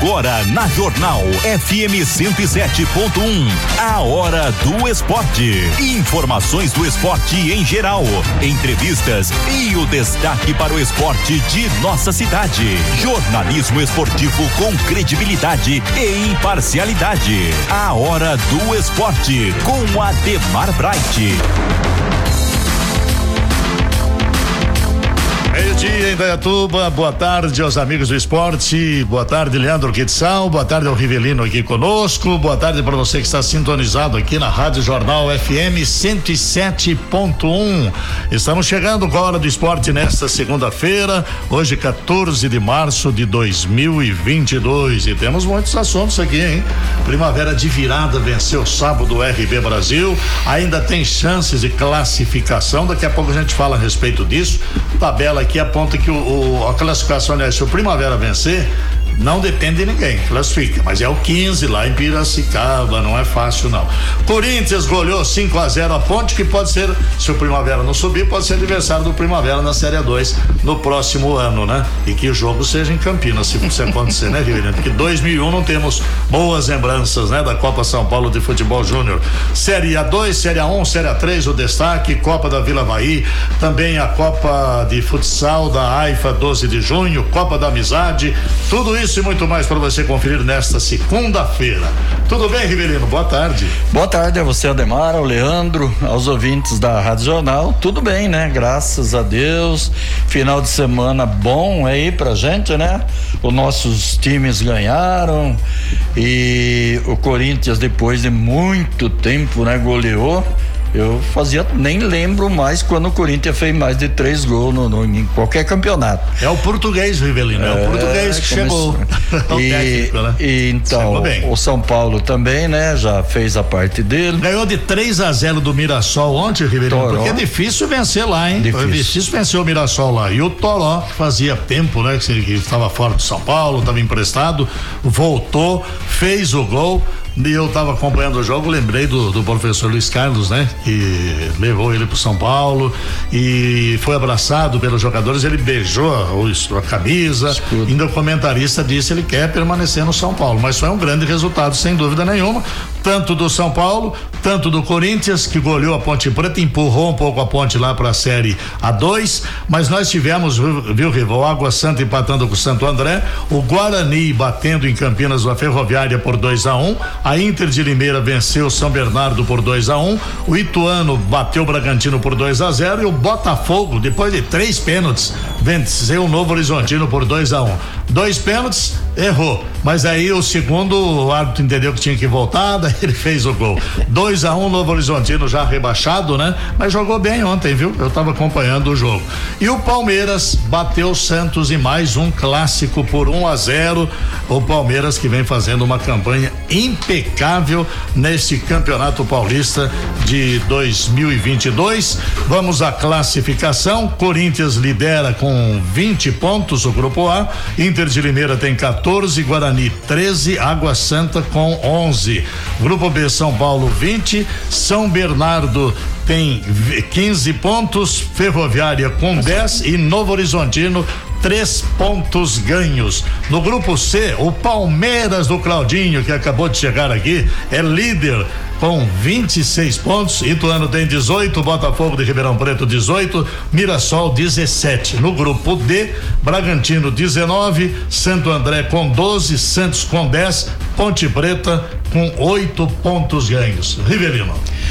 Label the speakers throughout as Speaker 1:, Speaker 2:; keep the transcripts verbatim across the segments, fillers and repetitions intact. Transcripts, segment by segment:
Speaker 1: Agora na Jornal F M cento e sete ponto um, a hora do esporte. Informações do esporte em geral, entrevistas e o destaque para o esporte de nossa cidade. Jornalismo esportivo com credibilidade e imparcialidade. A hora do esporte com Ademar Bright.
Speaker 2: Meio-dia em Indaiatuba, boa tarde aos amigos do esporte, boa tarde Leandro Quetzal, boa tarde ao Rivelino aqui conosco, boa tarde para você que está sintonizado aqui na Rádio Jornal F M cento e sete ponto um. Estamos chegando com a hora do esporte nesta segunda-feira, hoje quatorze de março de dois mil e vinte e dois, e temos muitos assuntos aqui, hein? Primavera de virada venceu sábado o R B Brasil, ainda tem chances de classificação, daqui a pouco a gente fala a respeito disso. Tabela aqui aponta que o, o, a classificação, aliás, se o Primavera vencer, não depende de ninguém, classifica, mas é o quinze lá em Piracicaba, não é fácil não. Corinthians goleou cinco a zero a Ponte, que pode ser, se o Primavera não subir, pode ser adversário do Primavera na Série dois no próximo ano, né? E que o jogo seja em Campinas, se isso acontecer, né, Rivelino? Porque dois mil e um não temos boas lembranças, né, da Copa São Paulo de Futebol Júnior. Série A dois, Série A um, Série A três, o destaque, Copa da Vila Havaí, também a Copa de Futsal da AIFA doze de junho, Copa da Amizade, tudo isso Isso e muito mais para você conferir nesta segunda-feira. Tudo bem, Rivelino? Boa tarde.
Speaker 3: Boa tarde a você, Ademar, ao Leandro, aos ouvintes da Rádio Jornal. Tudo bem, né? Graças a Deus. Final de semana bom aí pra gente, né? Os nossos times ganharam e o Corinthians, depois de muito tempo, né, goleou. Eu fazia, nem lembro mais quando o Corinthians fez mais de três gols no, no, em qualquer campeonato.
Speaker 2: É o português, Rivelino, é, é o português que chegou.
Speaker 3: E, técnico, né? E então, o São Paulo também, né, já fez a parte dele.
Speaker 2: Ganhou de três a zero do Mirassol ontem, Rivelino, Toró. Porque é difícil vencer lá, hein? Difícil. Foi difícil vencer o Mirassol lá. E o Toró, que fazia tempo, né, que estava fora do São Paulo, estava emprestado, voltou, fez o gol. E eu estava acompanhando o jogo, lembrei do, do professor Luiz Carlos, né? Que levou ele pro São Paulo e foi abraçado pelos jogadores, ele beijou a, a camisa, Escudo. Ainda o comentarista disse que ele quer permanecer no São Paulo, mas foi um grande resultado, sem dúvida nenhuma, tanto do São Paulo, tanto do Corinthians, que goleou a Ponte Preta, empurrou um pouco a Ponte lá para a Série A dois, mas nós tivemos, viu, Rival, Água Santa empatando com o Santo André, o Guarani batendo em Campinas a Ferroviária por dois a um, a Inter de Limeira venceu o São Bernardo por dois a um, o Ituano bateu o Bragantino por dois a zero e o Botafogo, depois de três pênaltis, venceu o Novo Horizontino por dois a um. Dois pênaltis, errou, mas aí o segundo, o árbitro entendeu que tinha que voltar, daí ele fez o gol. dois a um, Novo Horizontino já rebaixado, né? Mas jogou bem ontem, viu? Eu tava acompanhando o jogo. E o Palmeiras bateu o Santos em mais um clássico por um a zero. O Palmeiras que vem fazendo uma campanha impecável nesse Campeonato Paulista de dois mil e vinte e dois. Vamos à classificação. Corinthians lidera com vinte pontos o grupo A, Inter de Limeira tem quatorze, Guarani treze, Água Santa com onze. Grupo B, São Paulo vinte, São Bernardo tem quinze pontos, Ferroviária com dez e Novo Horizontino três pontos ganhos. No grupo C, o Palmeiras do Claudinho, que acabou de chegar aqui, é líder com vinte e seis pontos, Ituano tem dezoito, Botafogo de Ribeirão Preto dezoito, Mirassol dezessete. No grupo D, Bragantino dezenove, Santo André com doze, Santos com dez, Ponte Preta com oito pontos ganhos. Rivelino.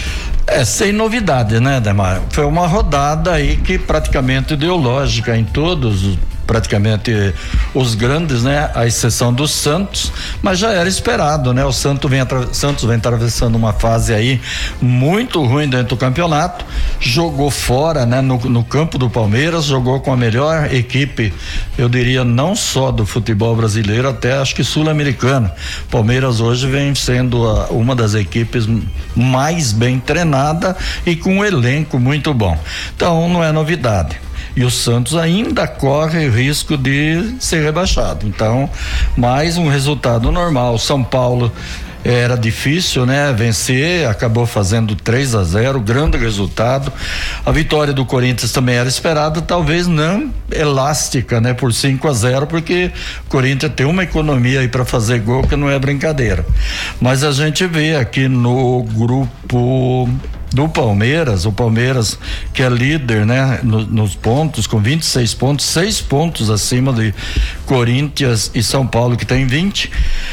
Speaker 3: É, sem novidade, né, Demar? Foi uma rodada aí que praticamente deu lógica em todos, praticamente os grandes, né? A exceção do Santos, mas já era esperado, né? O Santos vem, atra... Santos vem atravessando uma fase aí muito ruim dentro do campeonato, jogou fora, né? No, no campo do Palmeiras, jogou com a melhor equipe, eu diria, não só do futebol brasileiro, até acho que sul-americano. Palmeiras hoje vem sendo a, uma das equipes mais bem treinada e com um elenco muito bom. Então não é novidade. E o Santos ainda corre o risco de ser rebaixado. Então, mais um resultado normal. São Paulo era difícil, né? Vencer, acabou fazendo três a zero, grande resultado. A vitória do Corinthians também era esperada, talvez não elástica, né? Por cinco a zero, porque o Corinthians tem uma economia aí para fazer gol que não é brincadeira. Mas a gente vê aqui no grupo do Palmeiras, o Palmeiras que é líder, né, no, nos pontos, com vinte e seis pontos, seis pontos acima de Corinthians e São Paulo, que tem vinte.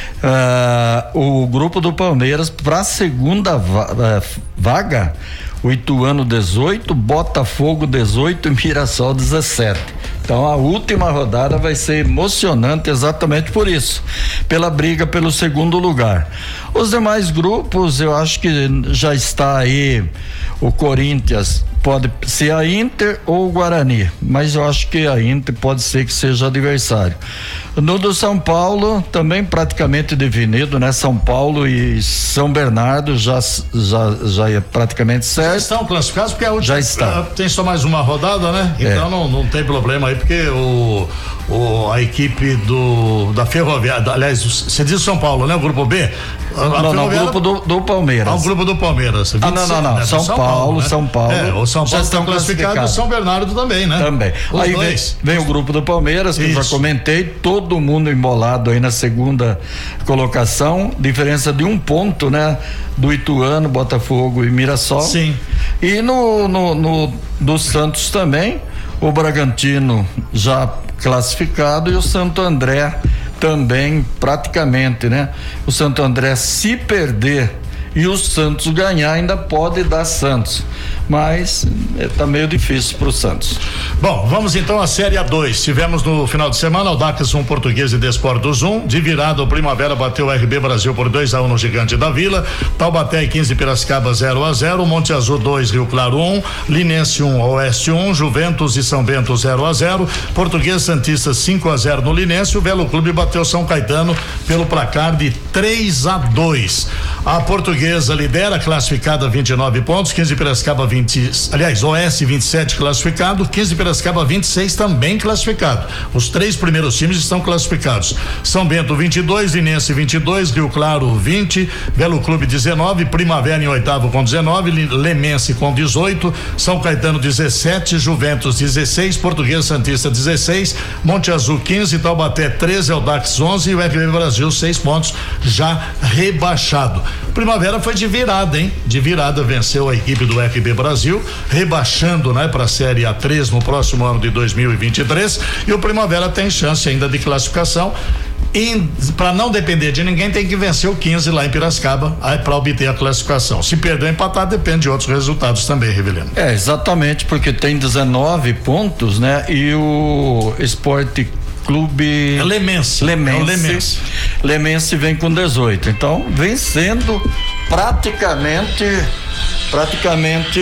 Speaker 3: Uh, o grupo do Palmeiras, para a segunda va- uh, vaga, o Ituano dezoito, Botafogo dezoito e Mirassol dezessete. Então a última rodada vai ser emocionante exatamente por isso, pela briga pelo segundo lugar. Os demais grupos, eu acho que já está aí o Corinthians, pode ser a Inter ou o Guarani, mas eu acho que a Inter pode ser que seja adversário. No do São Paulo, também praticamente definido, né? São Paulo e São Bernardo já, já, já é praticamente certo. Já
Speaker 2: estão classificados porque a última,
Speaker 3: já está.
Speaker 2: Tem só mais uma rodada, né? Então é. não, não tem problema aí, porque o, o, a equipe do, da Ferroviária, aliás, você diz São Paulo, né? O grupo B?
Speaker 3: A não, não, o grupo do, do Palmeiras.
Speaker 2: Ah, o grupo do Palmeiras.
Speaker 3: Ah, não, não, não. Né? São, São Paulo, Paulo né? São Paulo.
Speaker 2: É, o São Paulo já estão classificados e São Bernardo também, né?
Speaker 3: Também. Os aí vem, vem o grupo do Palmeiras, que Isso. eu já comentei, todo mundo embolado aí na segunda colocação, diferença de um ponto, né? Do Ituano, Botafogo e Mirassol.
Speaker 2: Sim.
Speaker 3: E no, no, no do Santos também, o Bragantino já classificado e o Santo André também praticamente, né? O Santo André, se perder e o Santos ganhar, ainda pode dar Santos, mas é, tá meio difícil pro Santos.
Speaker 2: Bom, vamos então à Série A dois. Tivemos no final de semana o Dax um Português e Desportos um, de virada o Primavera bateu o R B Brasil por dois a um no Gigante da Vila, Taubaté quinze Piracicaba zero a zero, Monte Azul dois Rio Claro um, Linense um Oeste um, Juventus e São Bento zero a zero, Português Santista cinco a zero no Linense, o Velo Clube bateu São Caetano pelo placar de três a dois. A Portuguesa lidera, classificada vinte e nove pontos, quinze Piracicaba vinte, aliás, Oeste vinte e sete classificado, quinze Piracicaba vinte e seis também classificado. Os três primeiros times estão classificados. São Bento vinte e dois, Linense vinte e dois, Rio Claro vinte, Belo Clube dezenove, Primavera em oitavo com dezenove, Lemense com dezoito, São Caetano dezessete, Juventus dezesseis, Português Santista dezesseis, Monte Azul quinze, Taubaté treze, Audax onze e o R B Brasil seis pontos já rebaixado. Primavera foi de virada, hein? De virada venceu a equipe do R B Brasil, rebaixando, né, para a Série A três no próximo ano de dois mil e vinte e três, e o Primavera tem chance ainda de classificação. Para não depender de ninguém, tem que vencer o quinze lá em Piracicaba para obter a classificação. Se perder ou empatar, depende de outros resultados também, Rivelino.
Speaker 3: É, exatamente, porque tem dezenove pontos, né? E o Esporte Clube
Speaker 2: é Lemense.
Speaker 3: Lemense.
Speaker 2: É o Lemense.
Speaker 3: Lemense vem com dezoito. Então, vencendo praticamente praticamente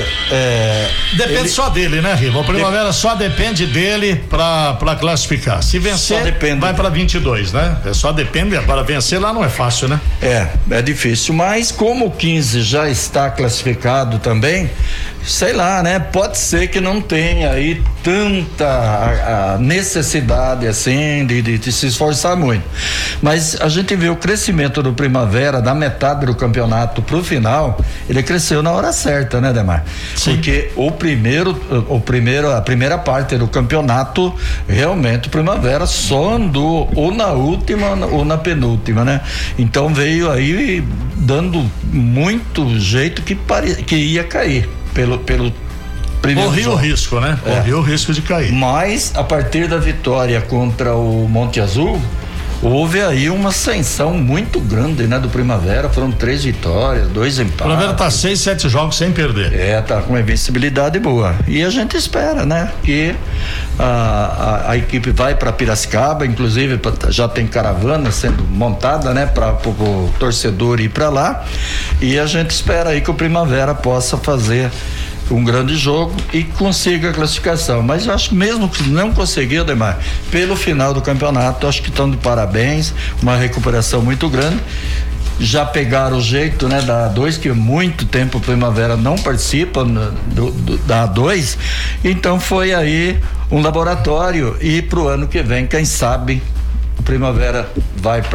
Speaker 3: é,
Speaker 2: depende ele... só dele, né, Riva? O Primavera de... só depende dele para para classificar. Se vencer, vai para vinte e dois, né? É só depende, para vencer lá não é fácil, né?
Speaker 3: É, é difícil, mas como o quinze já está classificado também, sei lá, né? Pode ser que não tenha aí tanta a, a necessidade assim de, de, de se esforçar muito, mas a gente vê o crescimento do Primavera da metade do campeonato pro final, ele cresceu na hora certa, né, Demar? Sim. Porque o primeiro, o primeiro, a primeira parte do campeonato, realmente o Primavera só andou ou na última ou na penúltima, né? Então veio aí dando muito jeito que pare, que ia cair pelo pelo
Speaker 2: corria o risco, né? Corria
Speaker 3: é.
Speaker 2: o risco de cair.
Speaker 3: Mas a partir da vitória contra o Monte Azul, houve aí uma ascensão muito grande, né, do Primavera. Foram três vitórias, dois empates. O
Speaker 2: Primavera tá seis, sete jogos sem perder.
Speaker 3: É, tá com uma invencibilidade boa. E a gente espera, né, que a, a, a equipe vai para Piracicaba, inclusive já tem caravana sendo montada, né, para o torcedor ir para lá. E a gente espera aí que o Primavera possa fazer um grande jogo e consiga a classificação, mas eu acho que mesmo que não conseguir, Demar, pelo final do campeonato, acho que estão de parabéns, uma recuperação muito grande, já pegaram o jeito, né, da A dois, que há muito tempo o Primavera não participa do, do, da A dois, então foi aí um laboratório, e pro ano que vem, quem sabe o Primavera vai para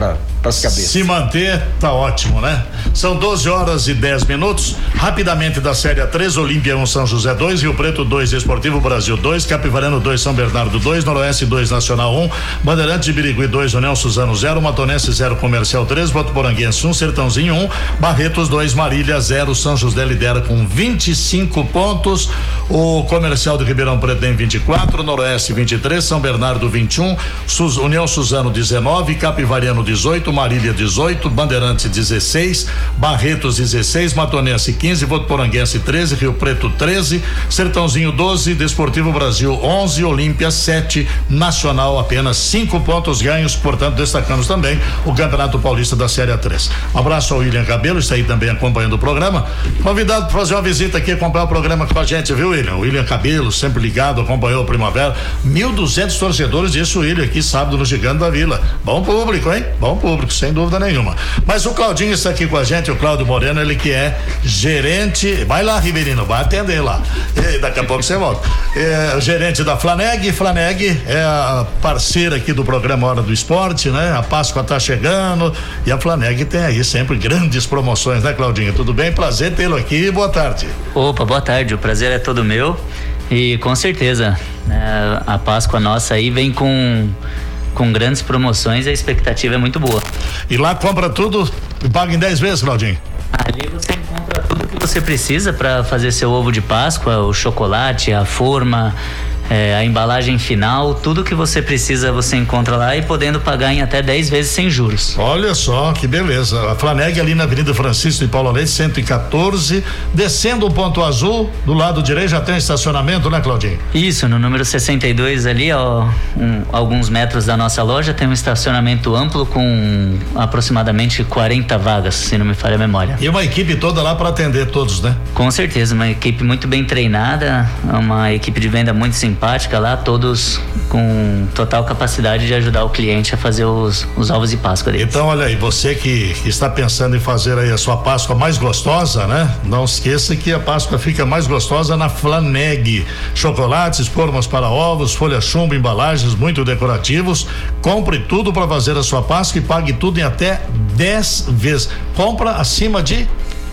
Speaker 3: as cabeças.
Speaker 2: Se manter, tá ótimo, né? São doze horas e dez minutos. Rapidamente da Série A três, Olímpia um, São José dois, Rio Preto dois, Esportivo Brasil dois, Capivarano dois, São Bernardo dois, Noroeste dois, Nacional um, Bandeirantes de Birigui dois, União Suzano zero, Matonense zero, Comercial três, Votuporanguense um, Sertãozinho um, Barretos dois, Marília zero. São José lidera com vinte e cinco pontos. O Comercial de Ribeirão Preto tem vinte e quatro, Noroeste vinte e três, São Bernardo vinte e um, Suz, União Suzano dezenove, Capivariano dezoito, Marília dezoito, Bandeirantes dezesseis, Barretos dezesseis, Matonense quinze, Votuporanguense treze, Rio Preto treze, Sertãozinho doze, Desportivo Brasil onze, Olímpia sete, Nacional apenas cinco pontos ganhos. Portanto, destacamos também o Campeonato Paulista da Série A três. Um abraço ao William Cabelo, está aí também acompanhando o programa. Convidado para fazer uma visita aqui, acompanhar o programa com a gente, viu, William? O William Cabelo, sempre ligado, acompanhou a Primavera. mil e duzentos torcedores, disse o William aqui sábado no Gigante da Vila. Bom público, hein? Bom público, sem dúvida nenhuma. Mas o Claudinho está aqui com a gente, o Cláudio Moreno, ele que é gerente. Vai lá, Riverino, vai atender lá. E daqui a pouco você volta. É, gerente da Flaneg. Flaneg é a parceira aqui do programa Hora do Esporte, né? A Páscoa tá chegando e a Flaneg tem aí sempre grandes promoções, né, Claudinho? Tudo bem? Prazer tê-lo aqui. Boa tarde.
Speaker 4: Opa, boa tarde. O prazer é todo meu e com certeza né, a Páscoa nossa aí vem com com grandes promoções e a expectativa é muito boa.
Speaker 2: E lá compra tudo e paga em dez vezes, Claudinho?
Speaker 4: Ali você encontra tudo que você precisa para fazer seu ovo de Páscoa, o chocolate, a forma, é, a embalagem final, tudo que você precisa você encontra lá e podendo pagar em até dez vezes sem juros.
Speaker 2: Olha só que beleza. A Flaneg ali na Avenida Francisco de Paula Leite, cento e quatorze, descendo o Ponto Azul, do lado direito já tem estacionamento, né, Claudinho?
Speaker 4: Isso, no número sessenta e dois ali, ó, um, alguns metros da nossa loja, tem um estacionamento amplo com aproximadamente quarenta vagas, se não me falha a memória.
Speaker 2: E uma equipe toda lá para atender todos, né?
Speaker 4: Com certeza, uma equipe muito bem treinada, uma equipe de venda muito simpática lá, todos com total capacidade de ajudar o cliente a fazer os, os ovos de Páscoa deles.
Speaker 2: Então, olha aí, você que, que está pensando em fazer aí a sua Páscoa mais gostosa, né? Não esqueça que a Páscoa fica mais gostosa na Flaneg. Chocolates, formas para ovos, folha chumbo, embalagens muito decorativos. Compre tudo para fazer a sua Páscoa e pague tudo em até dez vezes. Compra acima de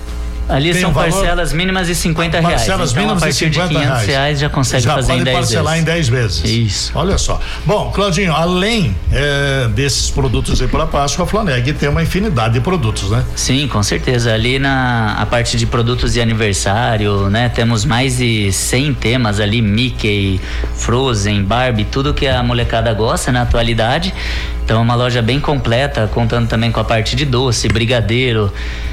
Speaker 4: Ali
Speaker 2: tem
Speaker 4: são
Speaker 2: um
Speaker 4: parcelas mínimas de cinquenta reais.
Speaker 2: Parcelas
Speaker 4: então,
Speaker 2: mínimas
Speaker 4: a partir
Speaker 2: de cinquenta
Speaker 4: de quinhentos reais já consegue
Speaker 2: já
Speaker 4: fazer em dez vezes. Já pode parcelar em dez vezes.
Speaker 2: Isso. Olha só. Bom, Claudinho, além é, desses produtos aí para Páscoa, a Flaneg tem uma infinidade de produtos, né?
Speaker 4: Sim, com certeza. Ali na a parte de produtos de aniversário, né? Temos mais de cem temas ali, Mickey, Frozen, Barbie, tudo que a molecada gosta na atualidade. Então é uma loja bem completa, contando também com a parte de doce, brigadeiro,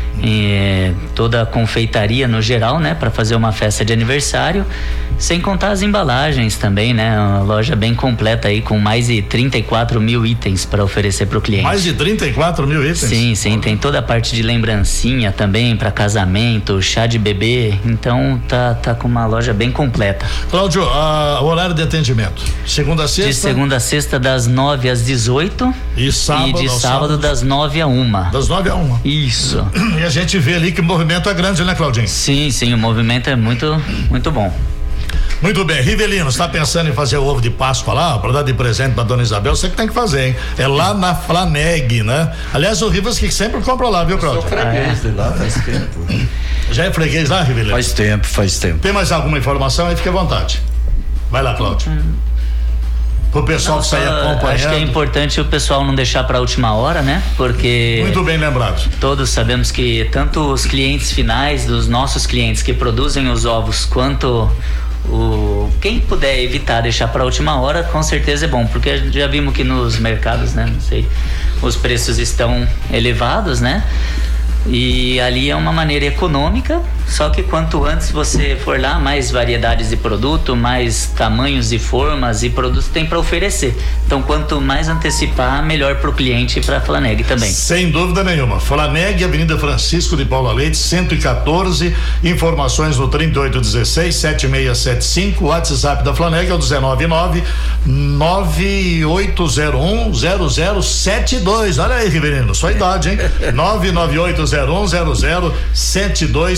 Speaker 4: e toda a confeitaria no geral, né, para fazer uma festa de aniversário, sem contar as embalagens também, né, uma loja bem completa aí com mais de trinta e quatro mil itens para oferecer para o cliente.
Speaker 2: Mais de trinta e quatro mil itens?
Speaker 4: Sim, sim, tem toda a parte de lembrancinha também para casamento, chá de bebê, então tá tá com uma loja bem completa.
Speaker 2: Cláudio, o horário de atendimento, segunda a sexta?
Speaker 4: De segunda a sexta das nove às dezoito
Speaker 2: e sábado,
Speaker 4: e de sábado, sábado das nove a uma.
Speaker 2: Das nove a uma.
Speaker 4: Isso.
Speaker 2: E a gente vê ali que o movimento é grande, né, Claudinho?
Speaker 4: Sim, sim, o movimento é muito, muito bom.
Speaker 2: Muito bem, Rivelino, está pensando em fazer o ovo de Páscoa lá, para dar de presente para dona Isabel? Você que tem que fazer, hein? É lá na Flaneg, né? Aliás, o Rivas que sempre compra lá, viu, Cláudio?
Speaker 3: Eu sou freguês de lá faz tempo.
Speaker 2: Já é freguês lá, Rivelino?
Speaker 3: Faz tempo, faz tempo.
Speaker 2: Tem mais alguma informação aí? Fique à vontade. Vai lá, Cláudio. Hum. O pessoal não, que sai acompanhando.
Speaker 4: Acho que é importante o pessoal não deixar para a última hora, né? Porque
Speaker 2: muito bem lembrado.
Speaker 4: Todos sabemos que tanto os clientes finais dos nossos clientes que produzem os ovos quanto o quem puder evitar deixar para a última hora, com certeza é bom, porque já vimos que nos mercados, né? Não sei, os preços estão elevados, né? E ali é uma maneira econômica, só que quanto antes você for lá, mais variedades de produto, mais tamanhos e formas e produtos tem para oferecer. Então, quanto mais antecipar, melhor para o cliente e para a Flaneg também.
Speaker 2: Sem dúvida nenhuma. Flaneg, Avenida Francisco de Paula Leite, cento e quatorze. Informações no trinta e oito dezesseis, setenta e seis setenta e cinco. O WhatsApp da Flaneg é o dezenove nove, nove oito zero um, zero zero sete dois. Olha aí, Riverino, sua idade, hein? nove nove oito zero um, zero zero sete dois é o WhatsApp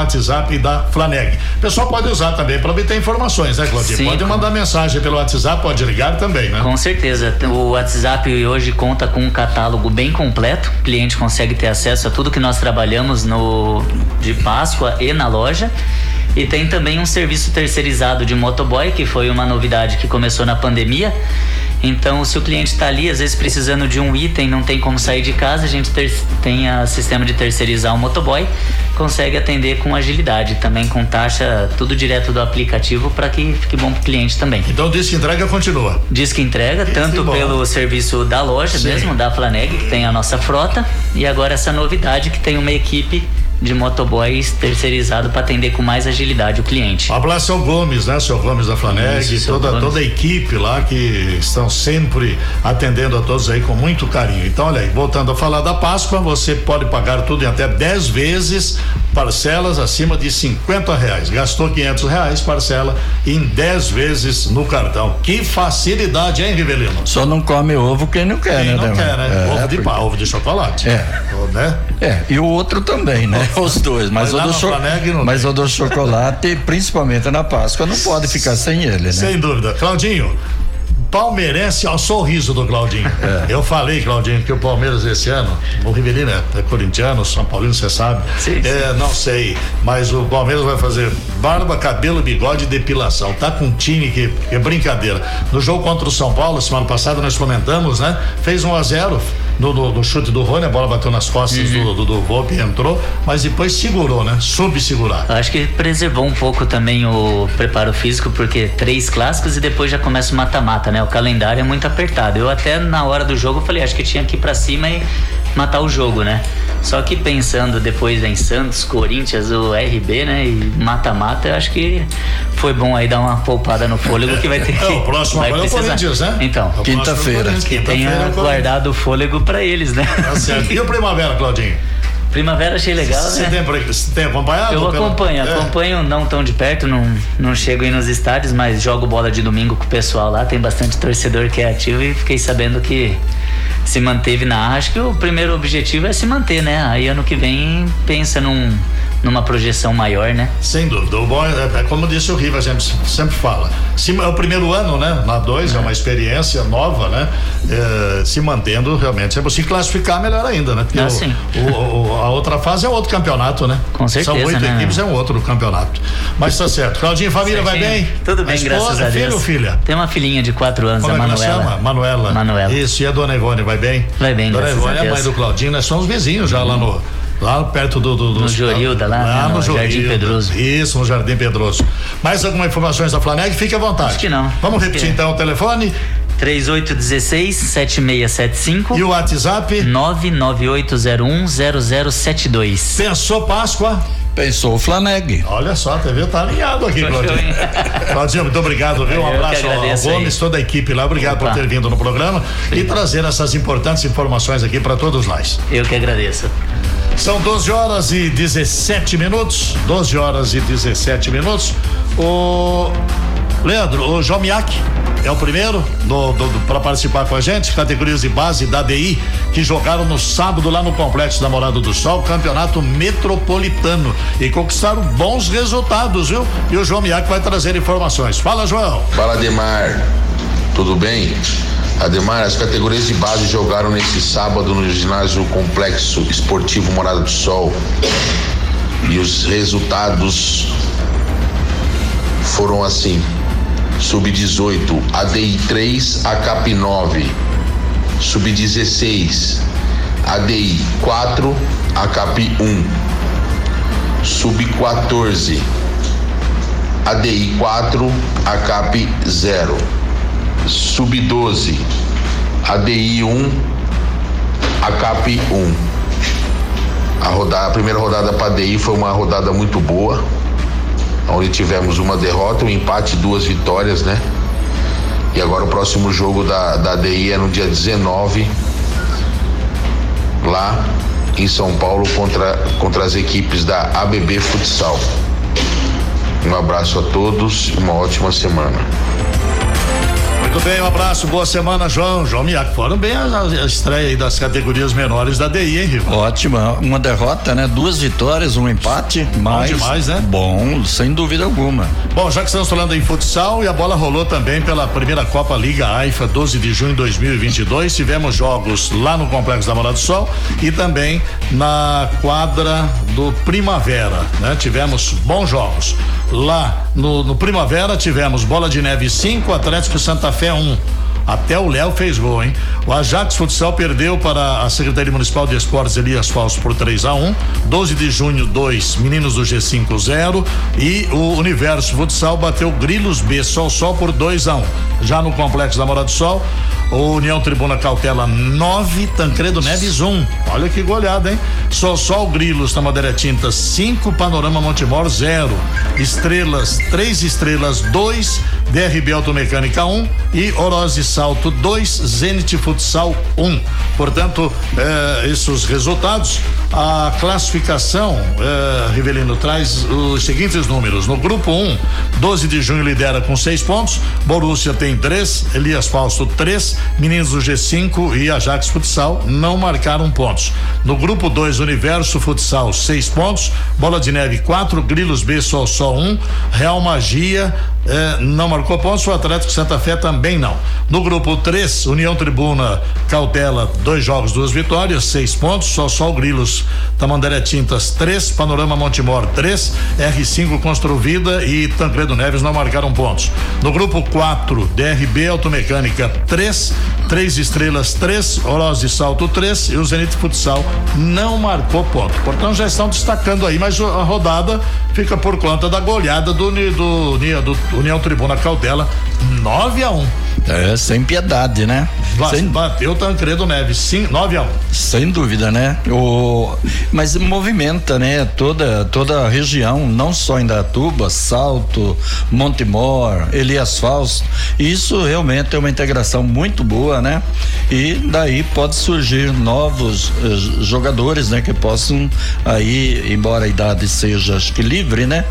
Speaker 2: WhatsApp da Flaneg. O pessoal pode usar também para obter informações, né, Claudinho?
Speaker 4: Sim,
Speaker 2: pode mandar mensagem pelo WhatsApp, pode ligar também, né?
Speaker 4: Com certeza. O WhatsApp hoje conta com um catálogo bem completo. O cliente consegue ter acesso a tudo que nós trabalhamos no de Páscoa e na loja. E tem também um serviço terceirizado de motoboy, que foi uma novidade que começou na pandemia. Então, se o cliente está ali, às vezes precisando de um item, não tem como sair de casa, a gente ter, tem o sistema de terceirizar o motoboy, consegue atender com agilidade, também com taxa, tudo direto do aplicativo, para que fique bom para o cliente também.
Speaker 2: Então, o Disque Entrega continua?
Speaker 4: Disque Entrega,
Speaker 2: que
Speaker 4: tanto
Speaker 2: que
Speaker 4: pelo serviço da loja Sim. mesmo, da Flaneg, que tem a nossa frota, e agora essa novidade que tem uma equipe de motoboys terceirizado para atender com mais agilidade o cliente.
Speaker 2: Um abraço ao Gomes, né? Seu Gomes da Flaneg, Isso, toda, toda a equipe lá que estão sempre atendendo a todos aí com muito carinho. Então, olha aí, voltando a falar da Páscoa, você pode pagar tudo em até dez vezes, parcelas acima de cinquenta reais. Gastou quinhentos reais, parcela em dez vezes no cartão. Que facilidade, hein, Rivelino?
Speaker 3: Só não come ovo quem não quer,
Speaker 2: quem
Speaker 3: né?
Speaker 2: não quer, né?
Speaker 3: É,
Speaker 2: ovo de
Speaker 3: porque...
Speaker 2: pá, ovo de chocolate.
Speaker 3: É.
Speaker 2: Né?
Speaker 3: É, e o outro também, né? Os dois, mas, mas, o do, cho... mas o do chocolate, principalmente na Páscoa, não pode ficar sem ele, né?
Speaker 2: Sem dúvida. Claudinho, palmeirense ao sorriso do Claudinho. É. Eu falei, Claudinho, que o Palmeiras esse ano, o Rivelino é, é corintiano, São Paulino, você sabe.
Speaker 4: Sim, sim.
Speaker 2: É, não sei, mas o Palmeiras vai fazer barba, cabelo, bigode e depilação. Tá com um time que, que é brincadeira. No jogo contra o São Paulo, semana passada, nós comentamos, né? Fez um a zero no, no, no chute do Rony, a bola bateu nas costas uhum. do, do, do Volpe e entrou, mas depois segurou, né? Soube segurar.
Speaker 4: Eu acho que preservou um pouco também o preparo físico, porque três clássicos e depois já começa o mata-mata, né? O calendário é muito apertado. Eu até na hora do jogo falei, acho que tinha que ir pra cima e matar o jogo, né? Só que pensando depois em Santos, Corinthians, o R B, né? E mata-mata, eu acho que foi bom aí dar uma poupada no fôlego que vai ter que...
Speaker 2: É, o próximo agora é o Corinthians, né?
Speaker 4: Então,
Speaker 3: quinta-feira.
Speaker 4: Que tenha guardado o fôlego pra eles, né?
Speaker 2: Tá certo. E o Primavera, Claudinho?
Speaker 4: Primavera achei legal,
Speaker 2: Você
Speaker 4: né?
Speaker 2: tem, tem acompanhado?
Speaker 4: Eu
Speaker 2: pela...
Speaker 4: acompanho,
Speaker 2: é.
Speaker 4: acompanho não tão de perto, não, não chego aí nos estádios, mas jogo bola de domingo com o pessoal lá, tem bastante torcedor que é ativo e fiquei sabendo que se manteve na A. Acho que o primeiro objetivo é se manter, né? Aí ano que vem pensa num, numa projeção maior, né?
Speaker 2: Sem dúvida. O bom é, é como disse o Riva, a gente sempre fala. Se, é o primeiro ano, né? Na dois, é, é uma experiência nova, né? É, se mantendo realmente. Se classificar, melhor ainda, né? Porque
Speaker 4: ah,
Speaker 2: o,
Speaker 4: sim.
Speaker 2: o, o, a outra fase é outro campeonato, né?
Speaker 4: Com certeza.
Speaker 2: São oito
Speaker 4: né?
Speaker 2: equipes, é um outro campeonato. Mas tá certo. Claudinho, família,
Speaker 4: Certinho.
Speaker 2: vai bem?
Speaker 4: Tudo bem,
Speaker 2: esposa,
Speaker 4: graças a Deus.
Speaker 2: Filho ou filha?
Speaker 4: Tem uma filhinha de quatro anos,
Speaker 2: Como
Speaker 4: a
Speaker 2: é que
Speaker 4: Manuela.
Speaker 2: chama? Manuela.
Speaker 4: Manuela.
Speaker 2: Isso, e a dona Ivone, vai bem?
Speaker 4: Vai bem,
Speaker 2: dona
Speaker 4: graças
Speaker 2: Ivone
Speaker 4: a
Speaker 2: é a
Speaker 4: Deus.
Speaker 2: mãe do Claudinho, nós somos vizinhos já lá no... Lá perto do... do, do
Speaker 4: no Jorilda, lá,
Speaker 2: lá
Speaker 4: no,
Speaker 2: no
Speaker 4: Jardim
Speaker 2: Jorilda.
Speaker 4: Pedroso.
Speaker 2: Isso, no Jardim Pedroso. Mais alguma informações da Flaneg? Fique à vontade.
Speaker 4: Acho que não.
Speaker 2: Vamos
Speaker 4: Acho
Speaker 2: repetir
Speaker 4: que...
Speaker 2: então o telefone?
Speaker 4: três oito um seis, sete seis sete cinco
Speaker 2: E o WhatsApp?
Speaker 4: nove nove oito zero um zero zero sete dois.
Speaker 2: Pensou Páscoa?
Speaker 3: Pensou o Flaneg.
Speaker 2: Olha só, a T V tá alinhado aqui, Claudinho. Claudinho, muito obrigado, viu? Um
Speaker 4: Eu
Speaker 2: abraço ao Gomes,
Speaker 4: aí.
Speaker 2: toda a equipe lá. Obrigado Opa. por ter vindo no programa Sim. e trazer essas importantes informações aqui para todos nós.
Speaker 4: Eu que agradeço.
Speaker 2: São doze horas e dezessete minutos. doze horas e dezessete minutos. O Leandro, o Jomiak é o primeiro para participar com a gente, categorias de base da D I, que jogaram no sábado lá no Complexo da Morada do Sol, campeonato metropolitano, e conquistaram bons resultados, viu? E o João Miak vai trazer informações. Fala, João.
Speaker 5: Fala, Ademar. Tudo bem? Ademar, as categorias de base jogaram nesse sábado no ginásio Complexo Esportivo Morada do Sol, e os resultados foram assim: sub dezoito, A D I três, A C A P nove. sub dezesseis, A D I quatro, A C A P um. sub quatorze, A D I quatro, A C A P zero. sub doze, A D I um, A C A P um. A, rodada, a primeira rodada para a D I foi uma rodada muito boa, onde tivemos uma derrota, um empate e duas vitórias, né? E agora o próximo jogo da, da D I é no dia dezenove, lá em São Paulo, contra, contra as equipes da A B B Futsal. Um abraço a todos e uma ótima semana.
Speaker 2: Muito bem, um abraço, boa semana, João. João Miac, foram bem a, a estreia aí das categorias menores da D I, hein, Riva?
Speaker 3: Ótima, uma derrota, né? Duas vitórias, um empate, mas
Speaker 2: bom demais, né?
Speaker 3: Bom, sem dúvida alguma.
Speaker 2: Bom, já que estamos falando em futsal, e a bola rolou também pela primeira Copa Liga AIFA, doze de junho de dois mil e vinte e dois, tivemos jogos lá no Complexo da Morada do Sol e também na quadra do Primavera, né? Tivemos bons jogos. Lá no, no Primavera tivemos Bola de Neve cinco, Atlético Santa Fé um. Até o Léo fez gol, hein? O Ajax Futsal perdeu para a Secretaria Municipal de Esportes Elias Fausto por três a um. doze de junho dois, Meninos do G cinco zero. E o Universo Futsal bateu Grilos B Sol Sol por dois a um. Já no Complexo da Morada do Sol, o União Tribuna Cautela nove, Tancredo Neves um. Olha que goleada, hein? Sol Sol Grilos, Tamandaré Tintas cinco, Panorama Montemor zero. Estrelas, três estrelas dois, D R B Automecânica um e Orosi Salto dois, Zenit Futsal um. Portanto, eh, esses resultados, a classificação, eh, Rivelino traz os seguintes números. No grupo um, doze de junho lidera com seis pontos, Borussia tem três, Elias Fausto três, Meninos do G cinco e Ajax Futsal não marcaram pontos. No grupo dois, Universo Futsal seis pontos, Bola de Neve quatro, Grilos B Sol Sol um, Real Magia eh, não marcou pontos, o Atlético Santa Fé também não. No grupo três, União Tribuna Cautela, dois jogos, duas vitórias, seis pontos, Sol Sol Grilos Tamandaré Tintas três, Panorama Montemor três, R cinco Construvida e Tancredo Neves não marcaram pontos. No grupo quatro, D R B Automecânica três, três estrelas três, Orosi Salto três e o Zenit Futsal não marcou ponto. Portanto, já estão destacando aí, mas a rodada fica por conta da goleada do, do, do, do União Tribuna Cautela nove a um.
Speaker 3: É, sem piedade, né?
Speaker 2: Sem... Bateu Tancredo Neves, nove a um.
Speaker 3: Sem dúvida, né? O... Mas movimenta, né? Toda, toda a região, não só Indaiatuba, Salto, Montemor, Elias Fausto. Isso realmente é uma integração muito boa, né? E daí pode surgir novos eh, jogadores, né? Que possam aí, embora a idade seja, acho que livre, né?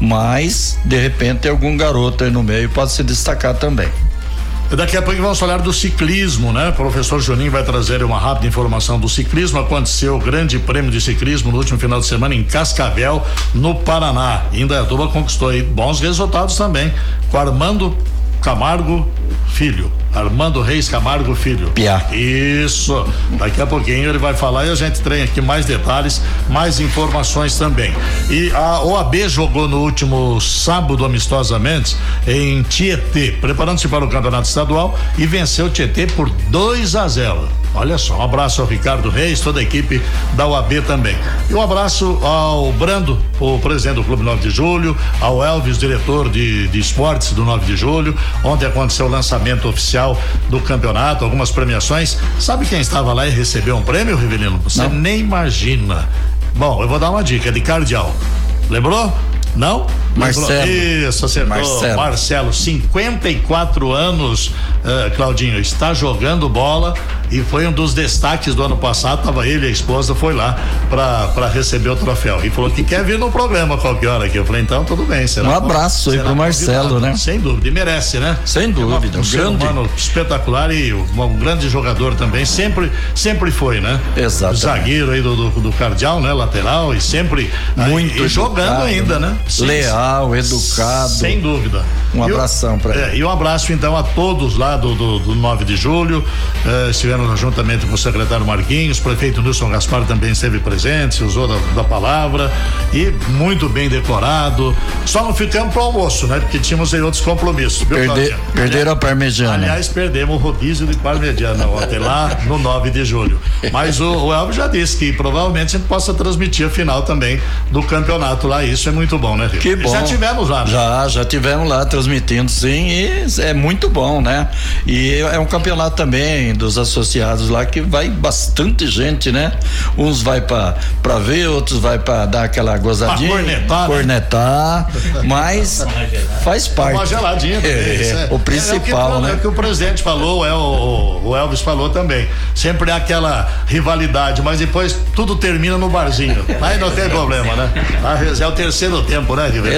Speaker 3: Mas, de repente, algum garoto aí no meio pode se destacar também.
Speaker 2: Daqui a pouco vamos falar do ciclismo, né? O professor Juninho vai trazer uma rápida informação do ciclismo. Aconteceu o grande prêmio de ciclismo no último final de semana em Cascavel, no Paraná. Indaiatuba conquistou aí bons resultados também, com Armando Camargo Filho. Armando Reis Camargo Filho.
Speaker 3: Piá.
Speaker 2: Isso. Daqui a pouquinho ele vai falar e a gente tem aqui mais detalhes, mais informações também. E a O A B jogou no último sábado amistosamente em Tietê, preparando-se para o campeonato estadual e venceu o Tietê por dois a zero. Olha só, um abraço ao Ricardo Reis, toda a equipe da O A B também. E um abraço ao Brando, o presidente do Clube nove de Julho, ao Elvis, diretor de, de esportes do nove de Julho. Ontem aconteceu o lançamento oficial do campeonato, algumas premiações. Sabe quem estava lá e recebeu um prêmio, Rivelino? Você Não. nem imagina. Bom, eu vou dar uma dica, é de cardeal. Lembrou? Não?
Speaker 3: Marcelo.
Speaker 2: Isso, acertou.
Speaker 3: Marcelo.
Speaker 2: Marcelo, cinquenta e quatro anos, uh, Claudinho, está jogando bola e foi um dos destaques do ano passado. Tava ele e a esposa, foi lá para receber o troféu e falou que quer vir no programa qualquer hora aqui. Eu falei, então tudo bem. Será
Speaker 3: um abraço aí pro Marcelo, né?
Speaker 2: Sem dúvida, e merece, né?
Speaker 3: Sem dúvida.
Speaker 2: É um, um ser humano espetacular e um, um grande jogador também, sempre, sempre foi, né?
Speaker 3: Exato.
Speaker 2: Zagueiro aí do, do, do Cardeal, né? Lateral e sempre
Speaker 3: muito
Speaker 2: aí, e jogando ainda, né?
Speaker 3: Sim, leal, educado.
Speaker 2: Sem dúvida.
Speaker 3: Um abração para ele.
Speaker 2: É, e um abraço então a todos lá do, do, do nove de julho. Eh, estiveram juntamente com o secretário Marquinhos, prefeito Nilson Gaspar também esteve presente, se usou da, da palavra e muito bem decorado. Só não ficamos pro almoço, né? Porque tínhamos aí outros compromissos.
Speaker 3: Perder, perderam a parmegiana.
Speaker 2: Aliás, perdemos o rodízio de parmegiana ontem lá no nove de julho. Mas o, o Elvio já disse que provavelmente a gente possa transmitir a final também do campeonato lá. Isso é muito bom, né, Rio?
Speaker 3: Que bom.
Speaker 2: Já tivemos lá, né?
Speaker 3: Já, já tivemos lá transmitindo, sim, e é muito bom, né? E é um campeonato também dos associados lá que vai bastante gente, né? Uns vai pra, pra ver, outros vai pra dar aquela gozadinha.
Speaker 2: Pra cornetar.
Speaker 3: Cornetar, né? Mas faz parte.
Speaker 2: Uma geladinha também.
Speaker 3: É, é, o principal,
Speaker 2: é o que,
Speaker 3: né?
Speaker 2: É o que o presidente falou, é o, o Elvis falou também. Sempre é aquela rivalidade, mas depois tudo termina no barzinho. Aí não tem problema, né? É o terceiro tempo, né, Rivelino?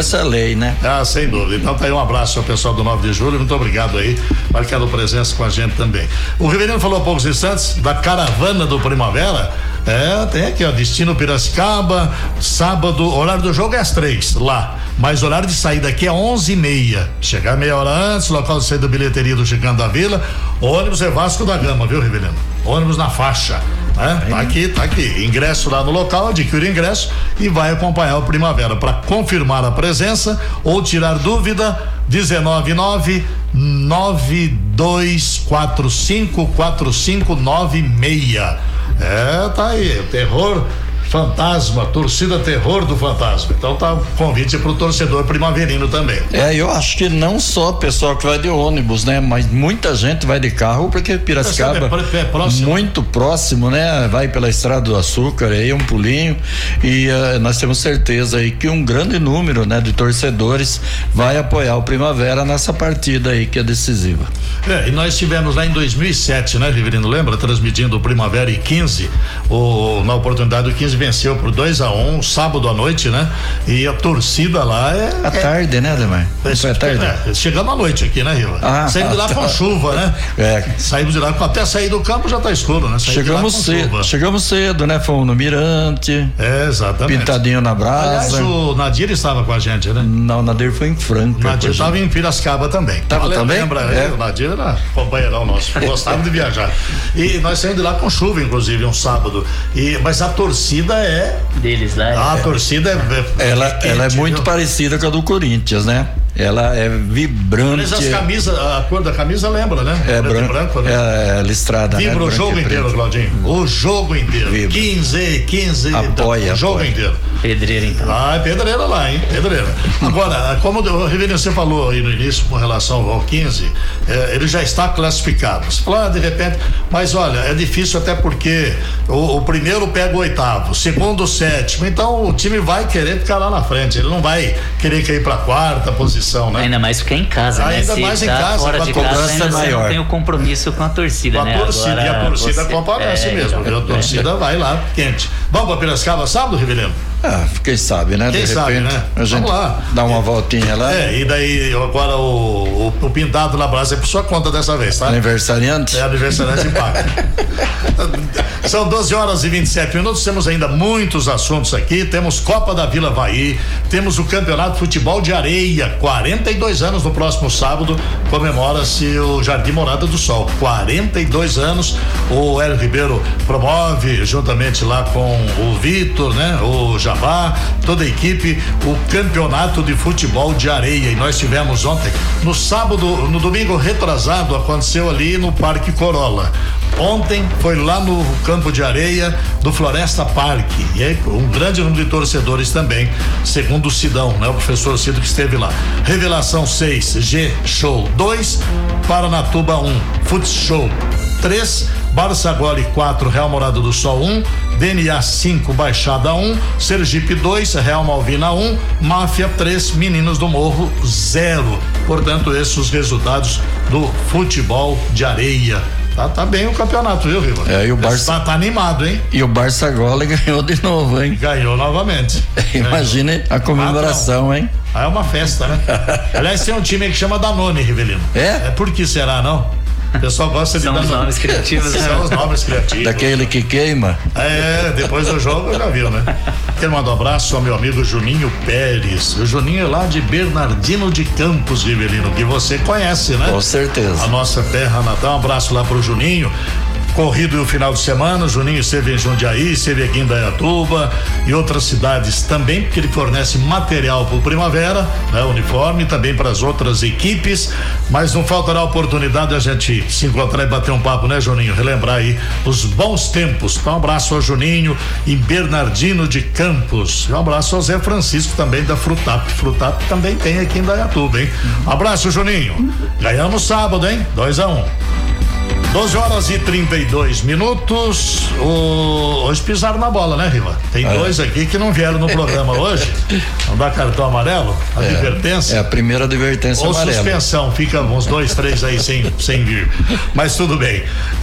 Speaker 3: Preço é lei, né?
Speaker 2: Ah, sem dúvida. Então tá aí um abraço ao pessoal do nove de julho, muito obrigado aí, marcando presença com a gente também. O Riverino falou há poucos instantes da caravana do Primavera. É, tem aqui, ó, destino Piracicaba, sábado, horário do jogo é às três, lá, mas o horário de saída aqui é onze e meia, chegar meia hora antes, local de saída da bilheteria do Chicano da Vila, ônibus é Vasco da Gama, viu, Rivelino? Ônibus na faixa, né? Tá aqui, tá aqui, ingresso lá no local, adquire o ingresso e vai acompanhar o Primavera. Para confirmar a presença ou tirar dúvida, dezenove nove nove dois quatro cinco quatro cinco nove seis. É, tá aí, terror fantasma, torcida terror do fantasma. Então tá o convite pro torcedor primaverino também.
Speaker 3: É, eu acho que não só o pessoal que vai de ônibus, né? Mas muita gente vai de carro, porque Piracicaba é, é próximo. Muito próximo, né? Vai pela Estrada do Açúcar, aí um pulinho, e uh, nós temos certeza aí que um grande número, né, de torcedores vai apoiar o Primavera nessa partida aí que é decisiva.
Speaker 2: É, e nós tivemos lá em dois mil e sete, né, Riverino, lembra? Transmitindo o Primavera e quinze, o, na oportunidade do quinze venceu por dois a um, sábado à noite, né? E a torcida lá é.
Speaker 3: À é, tarde, né, Ademar?
Speaker 2: É, foi à tarde. É, chegamos à noite aqui, né, Riva? Ah, Saímos de lá tá. com chuva, né? É. Saímos de lá, até sair do campo já tá escuro, né? Saímos
Speaker 3: chegamos cedo, chuva. chegamos cedo, né? Fomos no Mirante.
Speaker 2: É, exatamente.
Speaker 3: Pintadinho na brasa.
Speaker 2: Aliás, o Nadir estava com a gente, né?
Speaker 3: Não, o Nadir foi em Franca.
Speaker 2: O Nadir estava em Piracicaba também.
Speaker 3: Tava também?
Speaker 2: Lembra?
Speaker 3: É.
Speaker 2: O Nadir era companheirão nosso, gostava de viajar. E nós saímos de lá com chuva, inclusive, um sábado. E, mas a torcida é
Speaker 4: deles lá.
Speaker 2: Ah,
Speaker 4: é.
Speaker 2: A torcida é.
Speaker 3: Ela,
Speaker 2: quente,
Speaker 3: ela é muito
Speaker 2: viu?
Speaker 3: parecida com a do Corinthians, né? Ela é vibrante.
Speaker 2: Mas as camisas, a cor da camisa lembra, né?
Speaker 3: É branco, branco né? É, é listrada.
Speaker 2: Vibra, né? O jogo inteiro, Claudinho. O jogo inteiro. Vibra. quinze, quinze.
Speaker 3: Apoia.
Speaker 2: O jogo
Speaker 3: apoia.
Speaker 2: inteiro.
Speaker 4: Pedreira, então.
Speaker 2: Ah, é pedreira lá, hein? Pedreira. Agora, como o Rivelino, você falou aí no início com relação ao quinze, é, ele já está classificado. Você falou, ah, de repente, mas olha, é difícil até porque o, o primeiro pega o oitavo, o segundo o sétimo, então o time vai querer ficar lá na frente, ele não vai querer cair pra quarta posição, né?
Speaker 4: Ainda mais ficar em casa,
Speaker 2: ainda
Speaker 4: né?
Speaker 2: Ainda
Speaker 4: Se
Speaker 2: mais em
Speaker 4: tá
Speaker 2: casa,
Speaker 4: fora de casa, ainda
Speaker 3: maior.
Speaker 4: Não tem o compromisso com a torcida,
Speaker 2: com
Speaker 4: né?
Speaker 2: a torcida,
Speaker 4: Agora,
Speaker 2: e a torcida
Speaker 4: você,
Speaker 2: comparece
Speaker 4: é,
Speaker 2: mesmo,
Speaker 4: então,
Speaker 2: a torcida é. vai lá, quente. Vamos pra Piracicaba sábado, Rivelino?
Speaker 3: Ah, quem sabe, né?
Speaker 2: Quem
Speaker 3: de
Speaker 2: sabe,
Speaker 3: repente,
Speaker 2: né?
Speaker 3: A gente
Speaker 2: Vamos lá.
Speaker 3: Dá uma voltinha lá.
Speaker 2: É, e daí agora o, o, o pintado na brasa é por sua conta dessa vez, tá?
Speaker 3: Aniversariante?
Speaker 2: É, aniversariante paga. São doze horas e vinte e sete minutos, temos ainda muitos assuntos aqui, temos Copa da Vila Havaí, temos o Campeonato de Futebol de Areia, quarenta e dois anos no próximo sábado, comemora-se o Jardim Morada do Sol, quarenta e dois anos, o Hélio Ribeiro promove, juntamente lá com o Vitor, né? O Jabá, toda a equipe, o Campeonato de Futebol de Areia, e nós tivemos ontem, no sábado, no domingo retrasado, aconteceu ali no Parque Corolla. Ontem foi lá no campo de areia do Floresta Parque, e aí um grande número de torcedores também, segundo o Sidão, né? O professor Cido que esteve lá. Revelação seis, G Show dois, Paranatuba um, Fut Show três, Barça Gole quatro, Real Morada do Sol um, D N A cinco, Baixada um, Sergipe dois, Real Malvina um, Máfia três, Meninos do Morro zero. Portanto, esses os resultados do futebol de areia. Tá, tá bem o campeonato, viu, Riva?
Speaker 3: É, e o Barça
Speaker 2: tá, tá animado, hein?
Speaker 3: E o Barça Gole ganhou de novo, hein?
Speaker 2: Ganhou novamente.
Speaker 3: Imagine a comemoração, hein?
Speaker 2: Ah, é uma festa, né? Aliás, tem um time que chama Danone, Rivelino.
Speaker 3: É?
Speaker 2: É por que será, não? O pessoal gosta de
Speaker 4: São os nomes criativos, né?
Speaker 2: São os nomes criativos.
Speaker 3: Daquele que queima.
Speaker 2: É, depois do jogo já viu, né? Quero mandar um abraço ao meu amigo Juninho Pérez. O Juninho é lá de Bernardino de Campos, Rivelino, que você conhece, né?
Speaker 3: Com certeza.
Speaker 2: A nossa terra natal. Um abraço lá pro Juninho. Corrido e o final de semana, o Juninho esteve em Jundiaí, esteve aqui em Dayatuba e outras cidades também, porque ele fornece material para o Primavera, né, uniforme, também para as outras equipes, mas não faltará oportunidade de a gente se encontrar e bater um papo, né, Juninho? Relembrar aí os bons tempos. Então, um abraço ao Juninho em Bernardino de Campos. E um abraço ao Zé Francisco também da Frutap. Frutap também tem aqui em Dayatuba, hein? Um abraço, Juninho. Ganhamos sábado, hein? dois a um. doze horas e trinta e dois minutos. O... Hoje pisaram na bola, né, Riva? Tem é. dois aqui que não vieram no programa hoje. Não dá cartão amarelo? Advertência?
Speaker 3: É, é a primeira advertência
Speaker 2: Ou
Speaker 3: amarela.
Speaker 2: Ou suspensão, fica uns dois, três aí sem, sem vir. Mas tudo bem.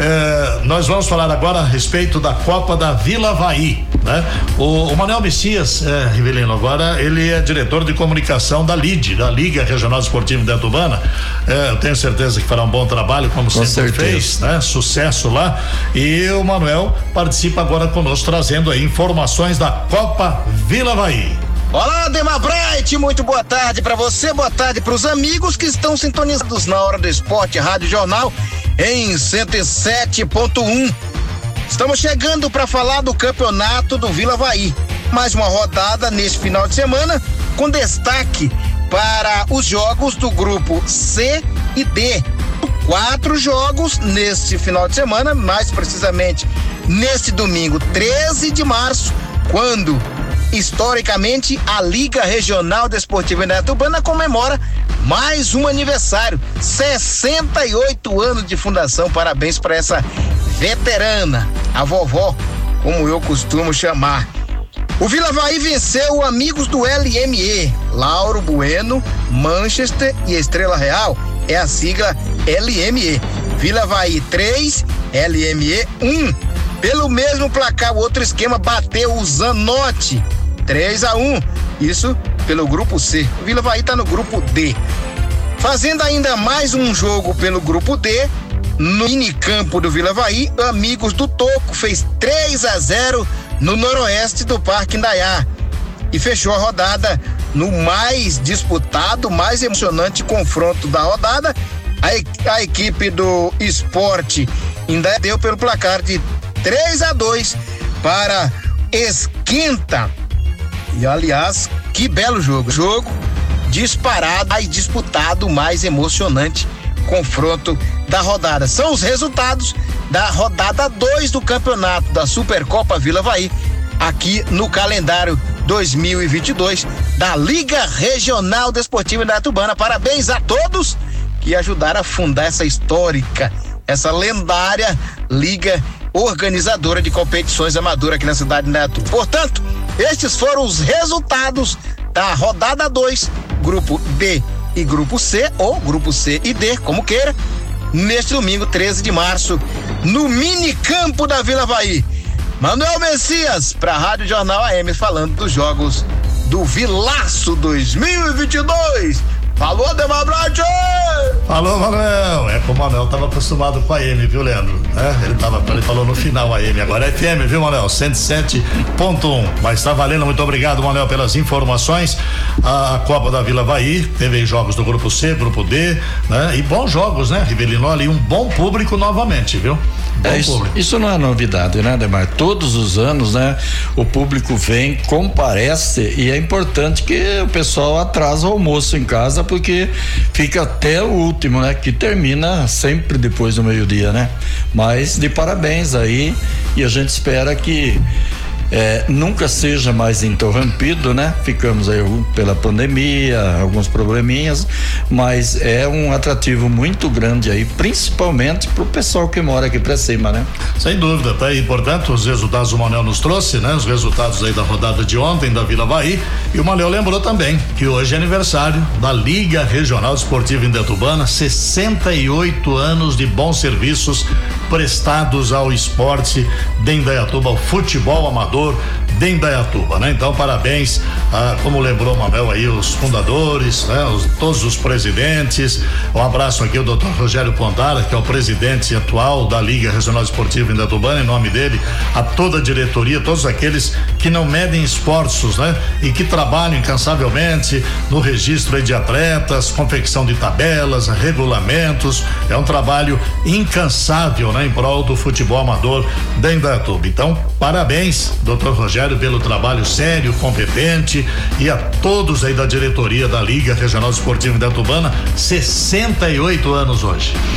Speaker 2: É, nós vamos falar agora a respeito da Copa da Vila Avaí, né? O, o Manuel Messias, é, Rivelino, agora ele é diretor de comunicação da L I D, da Liga Regional Desportiva Indaiatubana. É, eu tenho certeza que fará um bom trabalho, como
Speaker 3: Com
Speaker 2: sempre
Speaker 3: certeza.
Speaker 2: fez, né? Sucesso lá. E o Manuel participa agora conosco, trazendo aí informações da Copa Vila Avaí.
Speaker 6: Olá, Ademar Bright, muito boa tarde para você, boa tarde para os amigos que estão sintonizados na Hora do Esporte Rádio Jornal em cento e sete ponto um. Estamos chegando para falar do campeonato do Vila Avaí. Mais uma rodada neste final de semana, com destaque para os jogos do grupo C e D. Quatro jogos neste final de semana, mais precisamente neste domingo, treze de março, quando historicamente a Liga Regional Desportiva Indaiatubana comemora mais um aniversário, sessenta e oito anos de fundação. Parabéns para essa veterana, a vovó, como eu costumo chamar. O Vila Avaí venceu o Amigos do L M E, Lauro Bueno, Manchester e Estrela Real, é a sigla L M E. Vila Avaí três, L M E um. Pelo mesmo placar, o outro esquema bateu o Zanotti, três a um, isso pelo grupo C. O Vila Avaí está no grupo D. Fazendo ainda mais um jogo pelo grupo D, no minicampo do Vila Avaí, Amigos do Toco fez três a zero no noroeste do Parque Indaiá e fechou a rodada no mais disputado, mais emocionante confronto da rodada. A, a equipe do Esporte Indaiá deu pelo placar de três a dois para Esquenta. E aliás, que belo jogo, jogo disparado, mais disputado, mais emocionante confronto da rodada. São os resultados da rodada dois do campeonato da Supercopa Vila Avaí, aqui no calendário dois mil e vinte e dois da Liga Regional Desportiva Indaiatubana. Parabéns a todos que ajudaram a fundar essa histórica, essa lendária liga organizadora de competições amadoras aqui na cidade de Indaiatuba. Portanto, estes foram os resultados da rodada dois, grupo D e grupo C, ou grupo C e D, como queira, neste domingo, treze de março, no minicampo da Vila Avaí. Manuel Messias, para a Rádio Jornal A M, falando dos jogos do Vilaço dois mil e vinte e dois. Falou, Ademar Bright!
Speaker 2: Falou, Manuel. É como o Manuel estava acostumado com a A M, viu, Leandro? É, ele, tava, ele falou no final A M, agora é F M, viu, Manuel? cento e sete ponto um. Mas tá valendo, muito obrigado, Manuel, pelas informações. A, a Copa da Vila Avaí teve jogos do grupo C, grupo D, né? E bons jogos, né, Rivelino? Ali um bom público novamente, viu? Bom
Speaker 3: é, isso,
Speaker 2: público.
Speaker 3: Isso não é novidade, né, Ademar? Todos os anos, né, o público vem, comparece, e é importante que o pessoal atrasa o almoço em casa, porque fica até o último, né? Que termina sempre depois do meio-dia, né? Mas de parabéns aí, e a gente espera que É, nunca seja mais interrompido, né? Ficamos aí pela pandemia, alguns probleminhas, mas é um atrativo muito grande aí, principalmente pro pessoal que mora aqui pra cima, né?
Speaker 2: Sem dúvida, tá aí, portanto, os resultados o Manuel nos trouxe, né? Os resultados aí da rodada de ontem da Vila Avaí, e o Manuel lembrou também que hoje é aniversário da Liga Regional Desportiva Indaiatubana, sessenta e oito anos de bons serviços prestados ao esporte de Indaiatuba, ao futebol amador de Indaiatuba, né? Então, parabéns, ah, como lembrou o Manuel aí, os fundadores, né? Os, todos os presidentes. Um abraço aqui ao doutor Rogério Pontara, que é o presidente atual da Liga Regional Esportiva Indaiatubana, em nome dele, a toda a diretoria, todos aqueles que não medem esforços, né? E que trabalham incansavelmente no registro aí de atletas, confecção de tabelas, regulamentos. É um trabalho incansável, né? Em prol do futebol amador de Indaiatuba. Então, parabéns, doutor Rogério, pelo trabalho sério, competente, e a todos aí da diretoria da Liga Regional Esportiva Indaiatubana, sessenta e oito anos hoje.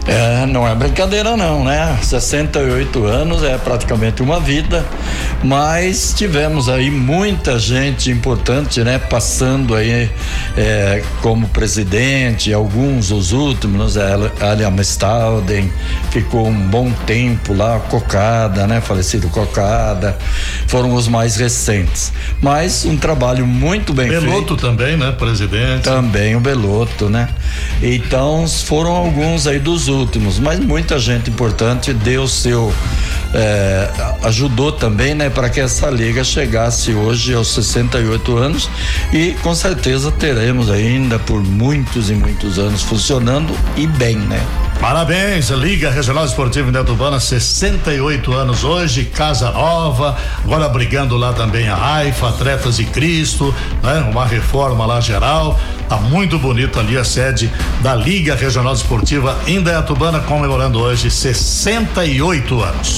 Speaker 3: É, não é brincadeira não, né? sessenta e oito anos é praticamente uma vida, mas tivemos aí muita gente importante, né? Passando aí é, como presidente, alguns os últimos, Ali Amstalden ficou um bom tempo lá, Cocada, né? Falecido Cocada, foram os mais recentes, mas um trabalho muito bem feito.
Speaker 2: Beloto também, né? Presidente.
Speaker 3: Também o Beloto, né? Então foram alguns aí dos últimos, mas muita gente importante deu seu é, ajudou também, né, para que essa liga chegasse hoje aos sessenta e oito anos e com certeza teremos ainda por muitos e muitos anos funcionando e bem, né?
Speaker 2: Parabéns, Liga Regional Esportiva Indaiatubana, sessenta e oito anos hoje, casa nova, agora brigando lá também a Haifa, Atletas de Cristo, né? Uma reforma lá geral, tá muito bonito ali a sede da Liga Regional Esportiva Indaiatubana, comemorando hoje sessenta e oito anos.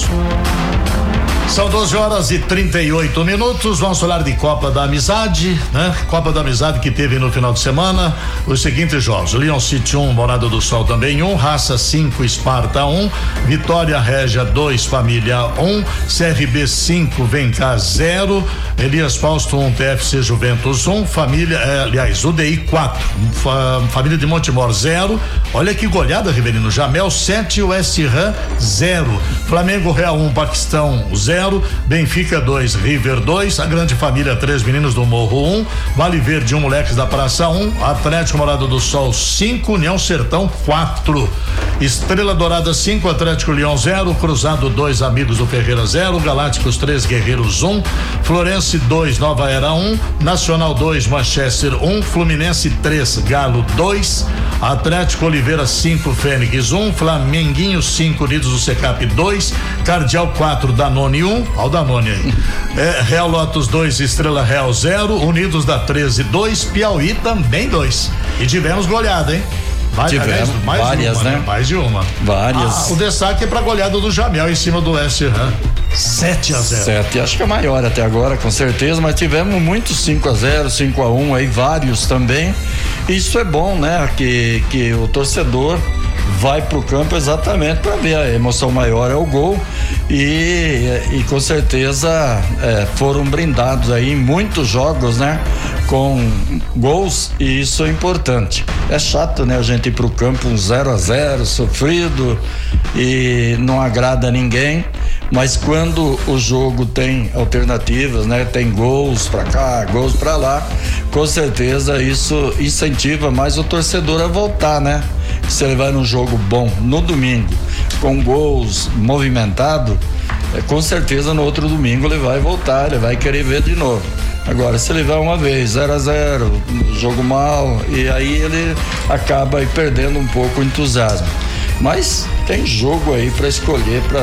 Speaker 2: São doze horas e trinta e oito minutos. Vamos falar de Copa da Amizade, né? Copa da Amizade que teve no final de semana os seguintes jogos: Leon City um, Morada do Sol também um, Raça cinco, Esparta um, Vitória Régia dois, Família um, C R B cinco, Vem Cá zero, Elias Fausto um, T F C Juventus um, Família, eh, aliás, U D I quatro, fa, Família de Montemor zero. Olha que goleada, Riverino. Jamel sete, West Ham zero, Flamengo Real um, Paquistão zero, Benfica dois, River dois, a Grande Família três, Meninos do Morro um, Vale Verde um, Moleques da Praça um, Atlético Morada do Sol cinco, União Sertão quatro, Estrela Dourada cinco, Atlético Leão zero, Cruzado dois, Amigos do Ferreira zero, Galácticos três, Guerreiros um, Florense dois, Nova Era um, Nacional dois, Manchester um, Fluminense três, Galo dois, Atlético Oliveira cinco, Fênix um, Flamenguinho cinco, Unidos do Secap dois, Cardeal quatro, Danone um, olha o Danone aí. É, Real Lotus dois, Estrela Real zero, Unidos da treze dois, Piauí também dois. E tivemos goleada, hein?
Speaker 3: Vai, tivemos
Speaker 2: mais
Speaker 3: várias,
Speaker 2: uma,
Speaker 3: né?
Speaker 2: né? Mais de uma.
Speaker 3: Várias.
Speaker 2: Ah, o destaque é pra goleada do Jamel em cima do West Ham. sete a zero.
Speaker 3: sete, acho que é maior até agora, com certeza, mas tivemos muitos cinco a zero, cinco a um aí, vários também. Isso é bom, né? Que, que o torcedor vai pro campo exatamente para ver, a emoção maior é o gol e, e com certeza é, foram brindados aí em muitos jogos, né? Com gols, e isso é importante. É chato, né? A gente ir pro campo um zero a zero, sofrido e não agrada a ninguém, mas quando o jogo tem alternativas, né? Tem gols pra cá, gols pra lá, com certeza isso incentiva mais o torcedor a voltar, né? Se ele vai num jogo bom no domingo, com gols movimentado, é, com certeza no outro domingo ele vai voltar, ele vai querer ver de novo. Agora, se ele vai uma vez, zero a zero, jogo mal, e aí ele acaba aí perdendo um pouco o entusiasmo. Mas tem jogo aí para escolher para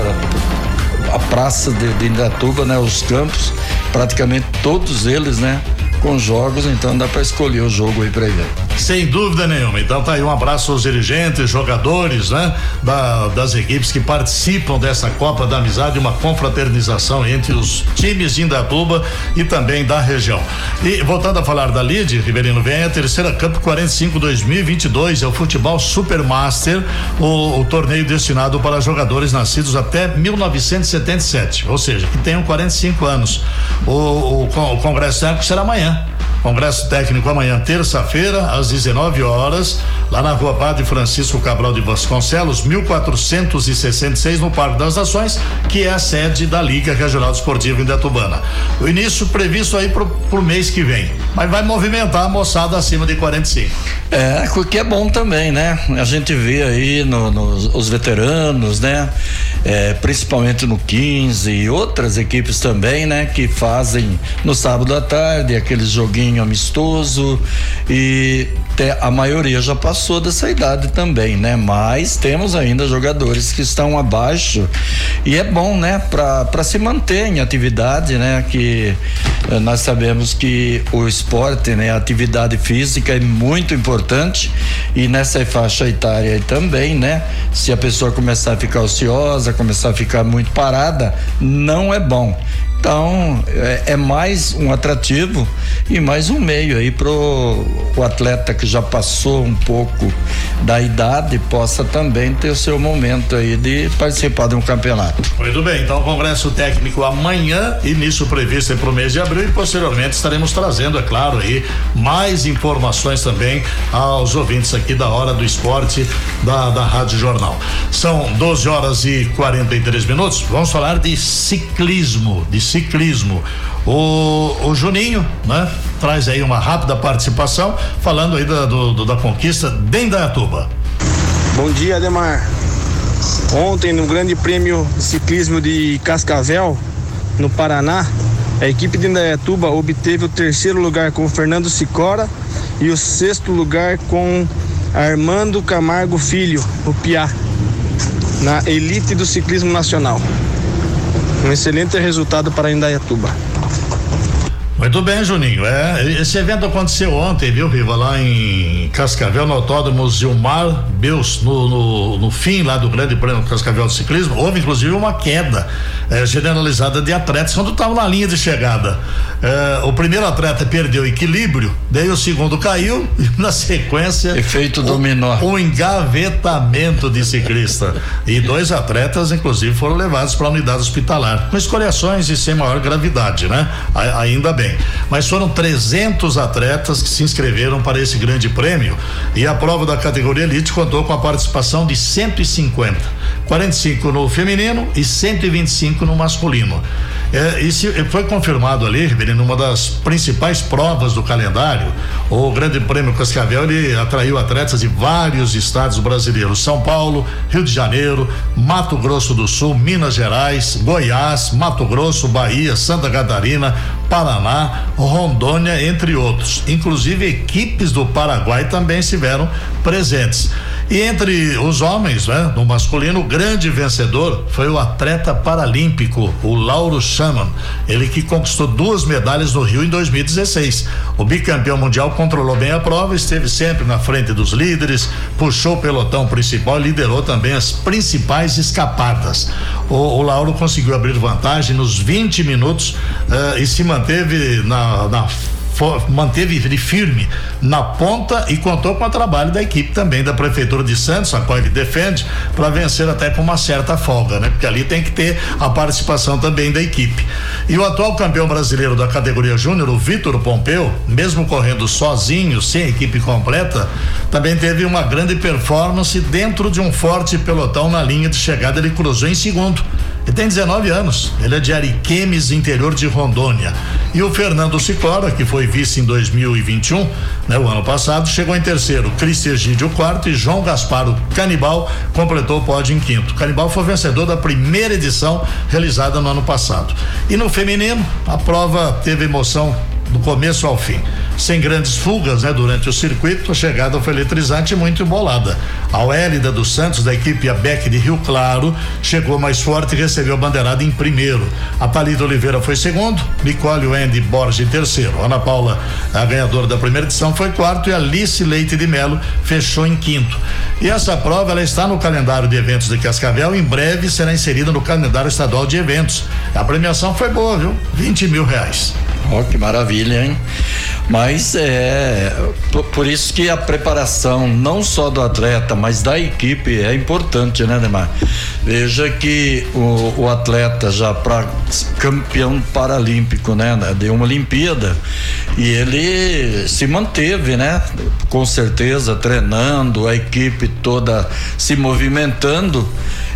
Speaker 3: a praça de, de Indaiatuba, né? Os campos, praticamente todos eles, né? Com jogos, então dá para escolher o jogo aí para ver.
Speaker 2: Sem dúvida nenhuma. Então tá aí um abraço aos dirigentes, jogadores, né? Da, das equipes que participam dessa Copa da Amizade, uma confraternização entre os times de Indaiatuba e também da região. E voltando a falar da Lide, Riverino, vem a terceira Cup quarenta e cinco dois mil e vinte e dois, é o futebol Supermaster, o, o torneio destinado para jogadores nascidos até mil novecentos e setenta e sete, ou seja, que tenham quarenta e cinco anos. O, o, o congresso técnico será amanhã. Congresso técnico amanhã, terça-feira, às dezenove horas, lá na Rua Padre Francisco Cabral de Vasconcelos, mil quatrocentos e sessenta e seis, no Parque das Nações, que é a sede da Liga Regional Esportiva Indaiatubana. O início previsto aí pro, pro mês que vem, mas vai movimentar a moçada acima de quarenta e cinco.
Speaker 3: É, o que é bom também, né? A gente vê aí no, no, os veteranos, né? É, principalmente no quinze e outras equipes também, né? Que fazem no sábado à tarde aqueles joguinhos amistoso, e te, a maioria já passou dessa idade também, né? Mas temos ainda jogadores que estão abaixo, e é bom, né? Para para se manter em atividade, né? Que eh, nós sabemos que o esporte, né? A atividade física é muito importante, e nessa faixa etária aí também, né? Se a pessoa começar a ficar ociosa, começar a ficar muito parada, não é bom. Então, é, é mais um atrativo e mais um meio aí pro o atleta que que já passou um pouco da idade possa também ter o seu momento aí de participar de um campeonato.
Speaker 2: Muito bem, então congresso técnico amanhã, início previsto para o mês de abril, e posteriormente estaremos trazendo, é claro, aí mais informações também aos ouvintes aqui da Hora do Esporte da, da Rádio Jornal. São doze horas e quarenta e três minutos. Vamos falar de ciclismo, de ciclismo. O, o Juninho, né? Traz aí uma rápida participação, falando aí da, do, do, da conquista de Indaiatuba.
Speaker 7: Bom dia, Ademar. Ontem, no Grande Prêmio de Ciclismo de Cascavel, no Paraná, a equipe de Indaiatuba obteve o terceiro lugar com o Fernando Sicora e o sexto lugar com Armando Camargo Filho, o Piá, na elite do ciclismo nacional. Um excelente resultado para Indaiatuba.
Speaker 2: Muito bem, Juninho. É, esse evento aconteceu ontem, viu, Riva? Lá em Cascavel, no Autódromo Zilmar Beus, no, no, no fim lá do Grande Prêmio Cascavel de Ciclismo, houve inclusive uma queda é, generalizada de atletas quando estavam na linha de chegada. É, o primeiro atleta perdeu equilíbrio, daí o segundo caiu e na sequência.
Speaker 3: Efeito dominó.
Speaker 2: Um engavetamento de ciclista. E dois atletas, inclusive, foram levados para a unidade hospitalar, com escoriações e sem maior gravidade, né? A, ainda bem. Mas foram trezentos atletas que se inscreveram para esse grande prêmio e a prova da categoria elite contou com a participação de cento e cinquenta, quarenta e cinco no feminino e cento e vinte e cinco no masculino. É, isso foi confirmado ali, numa das principais provas do calendário. O Grande Prêmio Cascavel, ele atraiu atletas de vários estados brasileiros: São Paulo, Rio de Janeiro, Mato Grosso do Sul, Minas Gerais, Goiás, Mato Grosso, Bahia, Santa Catarina, Paraná, Rondônia, entre outros. Inclusive equipes do Paraguai também estiveram presentes. E entre os homens, né, no masculino, o grande vencedor foi o atleta paralímpico, o Lauro Schamann, ele que conquistou duas medalhas no Rio em dois mil e dezesseis. O bicampeão mundial controlou bem a prova, esteve sempre na frente dos líderes, puxou o pelotão principal e liderou também as principais escapadas. O, o Lauro conseguiu abrir vantagem nos vinte minutos uh, e se manteve na, na For, manteve ele firme na ponta e contou com o trabalho da equipe também da Prefeitura de Santos, a qual ele defende, para vencer até com uma certa folga, né? Porque ali tem que ter a participação também da equipe. E o atual campeão brasileiro da categoria júnior, o Vitor Pompeu, mesmo correndo sozinho, sem equipe completa, também teve uma grande performance dentro de um forte pelotão na linha de chegada. Ele cruzou em segundo. Ele tem dezenove anos, ele é de Ariquemes, interior de Rondônia. E o Fernando Sicora, que foi vice em dois mil e vinte e um, né, o ano passado, chegou em terceiro. Cristian Egídio quarto e João Gaspar, o Canibal, completou o pódio em quinto. O Canibal foi vencedor da primeira edição realizada no ano passado. E no feminino, a prova teve emoção do começo ao fim, sem grandes fugas, né, durante o circuito. A chegada foi eletrizante e muito embolada. A Wélida dos Santos, da equipe Abec de Rio Claro, chegou mais forte e recebeu a bandeirada em primeiro. A Thalita Oliveira foi segundo, Nicole Wendy Borges em terceiro. Ana Paula, a ganhadora da primeira edição, foi quarto e Alice Leite de Melo fechou em quinto. E essa prova, ela está no calendário de eventos de Cascavel, em breve será inserida no calendário estadual de eventos. A premiação foi boa, viu? vinte mil reais.
Speaker 3: Oh, que maravilha, hein? Mas é por, por isso que a preparação não só do atleta, mas da equipe é importante, né, Neymar? Veja que o, o atleta já para campeão paralímpico, né, de uma Olimpíada, e ele se manteve, né, com certeza treinando, a equipe toda se movimentando,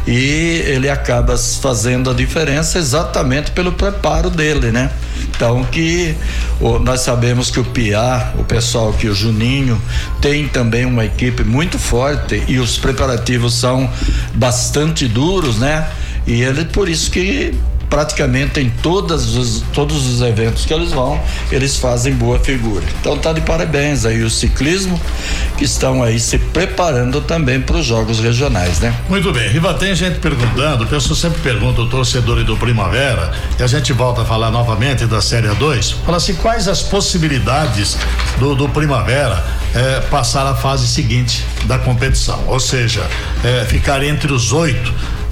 Speaker 3: e ele acaba fazendo a diferença exatamente pelo preparo dele, né? Então que o, nós sabemos que o Piá, o pessoal que o Juninho tem também uma equipe muito forte e os preparativos são bastante duros, né? E ele, por isso que praticamente em todos os, todos os eventos que eles vão, eles fazem boa figura. Então tá de parabéns aí o ciclismo, que estão aí se preparando também para os jogos regionais, né?
Speaker 2: Muito bem, Riva, tem gente perguntando, o pessoal sempre pergunta, o torcedor do Primavera, e a gente volta a falar novamente da Série dois, fala assim, quais as possibilidades do, do Primavera é, passar a fase seguinte da competição, ou seja, é, ficar entre os oito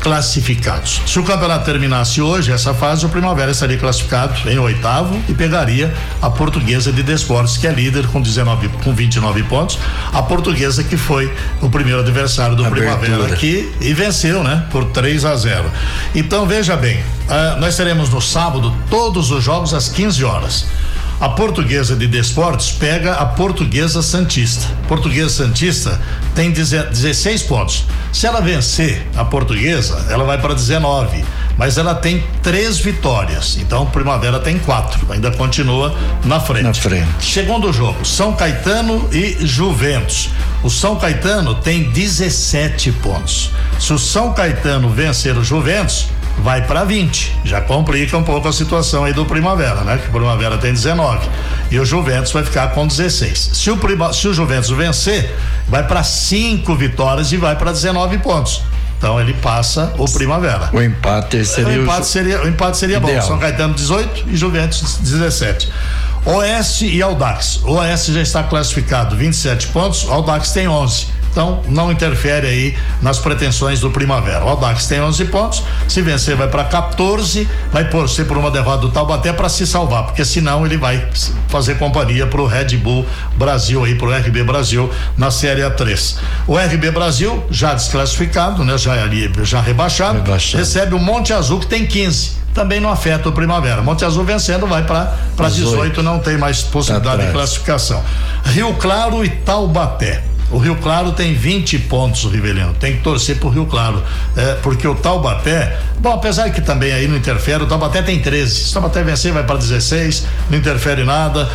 Speaker 2: classificados. Se o campeonato terminasse hoje, essa fase, o Primavera estaria classificado em oitavo e pegaria a Portuguesa de Desportes, que é líder com dezenove, com vinte e nove pontos. A Portuguesa que foi o primeiro adversário do Abertura. Primavera aqui e venceu, né? Por três a zero. Então veja bem, uh, nós teremos no sábado todos os jogos às quinze horas. A Portuguesa de Desportes pega a Portuguesa Santista. Portuguesa Santista tem dezesseis pontos. Se ela vencer a Portuguesa, ela vai para dezenove, mas ela tem três vitórias. Então o Primavera tem quatro, ainda continua na frente.
Speaker 3: Na frente.
Speaker 2: Segundo jogo, São Caetano e Juventus. O São Caetano tem dezessete pontos. Se o São Caetano vencer o Juventus, vai para vinte, já complica um pouco a situação aí do Primavera, né? Que o Primavera tem dezenove e o Juventus vai ficar com dezesseis. Se o, Prima, se o Juventus vencer, vai para cinco vitórias e vai para dezenove pontos. Então ele passa o Primavera.
Speaker 3: O empate seria
Speaker 2: o empate o... seria, o empate seria bom. São Caetano dezoito e Juventus dezessete. Oeste e Audax. O Oeste já está classificado, vinte e sete pontos, o Audax tem onze. Então não interfere aí nas pretensões do Primavera. O Audax tem onze pontos, se vencer vai para quatorze, vai torcer por uma derrota do Taubaté para se salvar, porque senão ele vai fazer companhia pro Red Bull Brasil aí, pro R B Brasil na Série A três. O R B Brasil já desclassificado, né? Já ali, já rebaixado, rebaixado, recebe o Monte Azul que tem quinze. Também não afeta o Primavera. Monte Azul vencendo vai para para dezoito, não tem mais possibilidade tá de classificação. Rio Claro e Taubaté. O Rio Claro tem vinte pontos, o Rivelino. Tem que torcer pro Rio Claro. É, porque o Taubaté, bom, apesar que também aí não interfere, o Taubaté tem treze. Se o Taubaté vencer, vai para dezesseis, não interfere nada.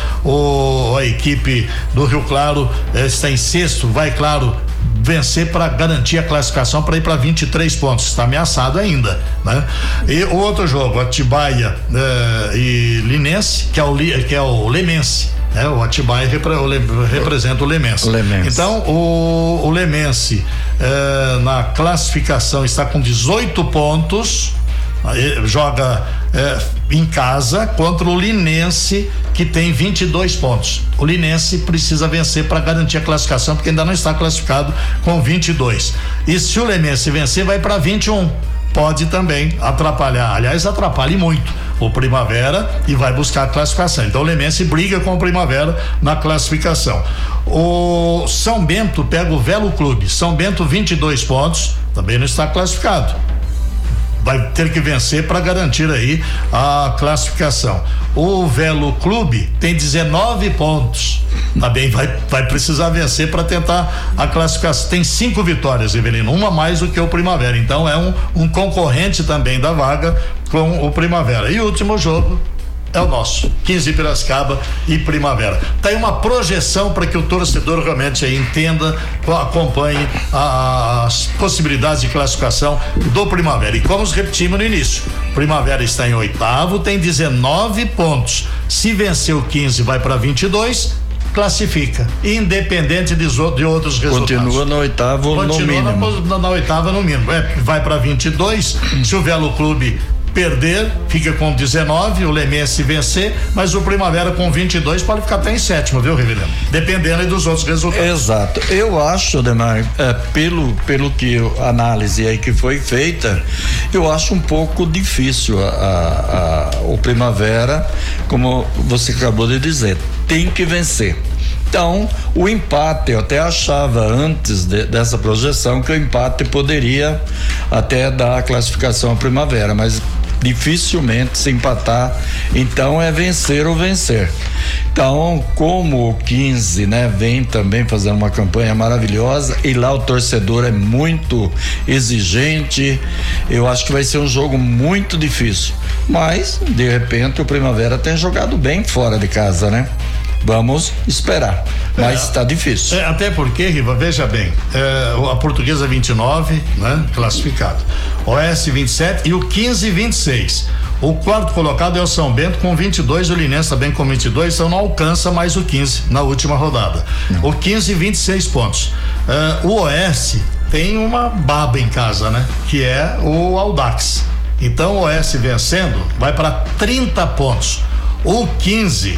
Speaker 2: O, a equipe do Rio Claro é, está em sexto, vai, claro, vencer para garantir a classificação para ir para vinte e três pontos. Está ameaçado ainda, né? E o outro jogo, Atibaia é, e Linense, que é o, que é o Lemense. É, o Atibaia repre, o le, representa o Lemense. Lemense. Então, o, o Lemense é, na classificação está com dezoito pontos, joga é, em casa contra o Linense, que tem vinte e dois pontos. O Linense precisa vencer para garantir a classificação, porque ainda não está classificado com vinte e dois. E se o Lemense vencer, vai para vinte e um. Pode também atrapalhar, aliás, atrapalhe muito o Primavera e vai buscar a classificação. Então o Lemense briga com o Primavera na classificação. O São Bento pega o Velo Clube. São Bento, vinte e dois pontos, também não está classificado. Vai ter que vencer para garantir aí a classificação. O Velo Clube tem dezenove pontos. Também vai, vai precisar vencer para tentar a classificação. Tem cinco vitórias, Evelino, uma mais do que o Primavera. Então é um, um concorrente também da vaga com o Primavera. E o último jogo é o nosso, quinze Piracicaba e Primavera. Tá aí uma projeção para que o torcedor realmente aí entenda, acompanhe a, as possibilidades de classificação do Primavera. E como repetimos no início, Primavera está em oitavo, tem dezenove pontos. Se vencer o quinze, vai para vinte e dois, classifica, independente de, de outros resultados.
Speaker 3: Continua no oitavo Continua no mínimo.
Speaker 2: Na, na oitava no mínimo. É, vai para vinte e dois, se o Velo Clube perder, fica com dezenove, o Lemense vencer, mas o Primavera com vinte e dois pode ficar até em sétimo, viu, Rivelino? Dependendo dos outros resultados.
Speaker 3: Exato. Eu acho, Demar, é, pelo, pelo que a análise aí que foi feita, eu acho um pouco difícil a, a, a, o Primavera, como você acabou de dizer, tem que vencer. Então, o empate, eu até achava antes de, dessa projeção que o empate poderia até dar a classificação à Primavera, mas dificilmente se empatar, então é vencer ou vencer. Então, como o quinze, né, vem também fazendo uma campanha maravilhosa e lá o torcedor é muito exigente, eu acho que vai ser um jogo muito difícil, mas de repente o Primavera tem jogado bem fora de casa, né? Vamos esperar, mas está é, difícil.
Speaker 2: É, até porque, Riva, veja bem, é, a Portuguesa vinte e nove, né, classificado, Oeste vinte e sete e o quinze vinte e seis. O quarto colocado é o São Bento com vinte e dois, o Linense também com vinte e dois, então não alcança mais o quinze na última rodada. Não. O quinze, vinte e seis pontos. É, o Oeste tem uma baba em casa, né? Que é o Audax. Então o Oeste vencendo vai para trinta pontos. O quinze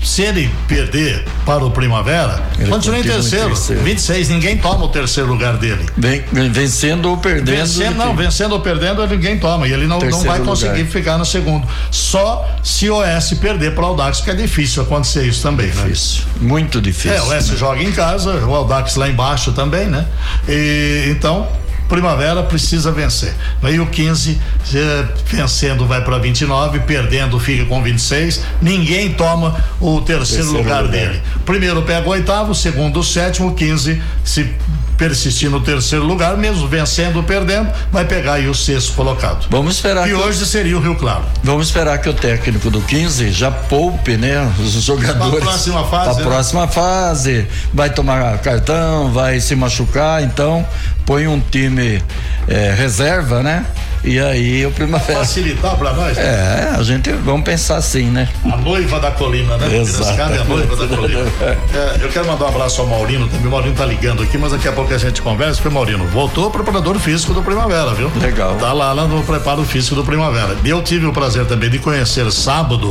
Speaker 2: se ele perder para o Primavera, ele continua em terceiro, em terceiro. vinte e seis, ninguém toma o terceiro lugar dele.
Speaker 3: Vem, vencendo ou perdendo.
Speaker 2: Vencendo, não, vencendo ou perdendo, ninguém toma. E ele não, não vai conseguir lugar. ficar no segundo. Só se o Oeste perder para o Audax, que é difícil acontecer isso também,
Speaker 3: difícil.
Speaker 2: né?
Speaker 3: Muito difícil.
Speaker 2: É, o Oeste né? joga em casa, o Audax lá embaixo também, né? E, então. Primavera precisa vencer. Aí o quinze, vencendo, vai para vinte e nove, perdendo, fica com vinte e seis. Ninguém toma o terceiro, terceiro lugar, lugar dele. Primeiro pega o oitavo, segundo o sétimo, quinze, se persistir no terceiro lugar, mesmo vencendo ou perdendo, vai pegar aí o sexto colocado.
Speaker 3: Vamos esperar.
Speaker 2: E hoje eu... seria o Rio Claro.
Speaker 3: Vamos esperar que o técnico do quinze já poupe, né? Os jogadores.
Speaker 2: Para a próxima fase.
Speaker 3: Para a
Speaker 2: né?
Speaker 3: próxima fase. Vai tomar cartão, vai se machucar, então põe um time é, reserva, né? E aí o Primavera.
Speaker 2: Facilitar pra nós? Né?
Speaker 3: É, a gente, vamos pensar assim, né?
Speaker 2: A noiva da colina, né?
Speaker 3: Exato.
Speaker 2: É a noiva da colina. É, eu quero mandar um abraço ao Maurino também. O Maurino tá ligando aqui, mas daqui a pouco a gente conversa. Foi Maurino, voltou o preparador físico do Primavera, viu?
Speaker 3: Legal.
Speaker 2: Tá lá, lá no preparo físico do Primavera. E eu tive o prazer também de conhecer sábado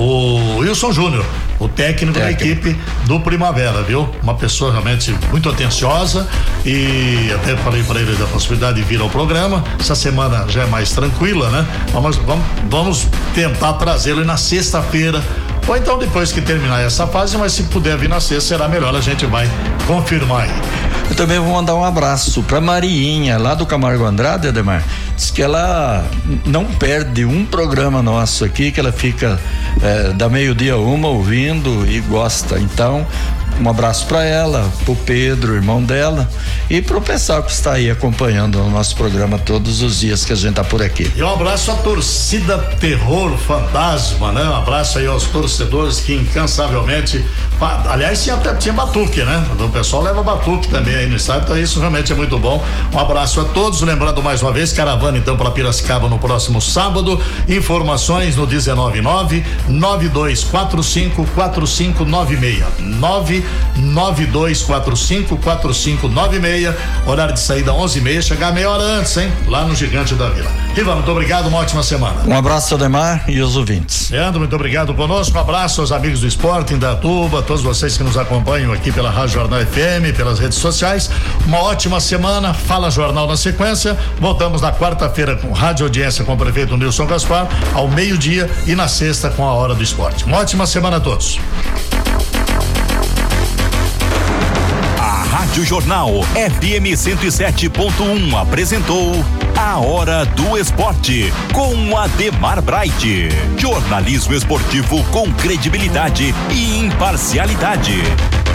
Speaker 2: o Wilson Júnior, o técnico, técnico da equipe do Primavera, viu? Uma pessoa realmente muito atenciosa, e até falei para ele da possibilidade de vir ao programa. Essa semana já é mais tranquila, né? Vamos, vamos, vamos tentar trazê-lo na sexta-feira, ou então depois que terminar essa fase, mas se puder vir na sexta será melhor, a gente vai confirmar aí.
Speaker 3: Eu também vou mandar um abraço pra Mariinha, lá do Camargo Andrade, Ademar. Diz que ela não perde um programa nosso aqui, que ela fica é, da meio-dia uma ouvindo e gosta. Então, um abraço para ela, pro Pedro, irmão dela, e pro pessoal que está aí acompanhando o nosso programa todos os dias que a gente tá por aqui.
Speaker 2: E um abraço à torcida Terror Fantasma, né? Um abraço aí aos torcedores que incansavelmente, aliás, tinha, tinha batuque, né? O pessoal leva batuque também aí no estádio, então isso realmente é muito bom. Um abraço a todos, lembrando mais uma vez, caravana então para Piracicaba no próximo sábado. Informações no dezenove nove nove dois quatro cinco quatro cinco nove seis nove nove dois quatro cinco quatro cinco nove seis, horário de saída onze e meia, chegar meia hora antes, hein? Lá no Gigante da Vila. Riva, muito obrigado, uma ótima semana.
Speaker 3: Um abraço, Ademar, e os ouvintes.
Speaker 2: Leandro, muito obrigado conosco, um abraço aos amigos do esporte em Datuba, todos vocês que nos acompanham aqui pela Rádio Jornal F M, pelas redes sociais, uma ótima semana. Fala Jornal na sequência, voltamos na quarta-feira com Rádio Audiência com o prefeito Nilson Gaspar, ao meio-dia, e na sexta com a Hora do Esporte. Uma ótima semana a todos.
Speaker 1: Rádio Jornal F M cento e sete ponto um apresentou A Hora do Esporte com Ademar Bright. Jornalismo esportivo com credibilidade e imparcialidade.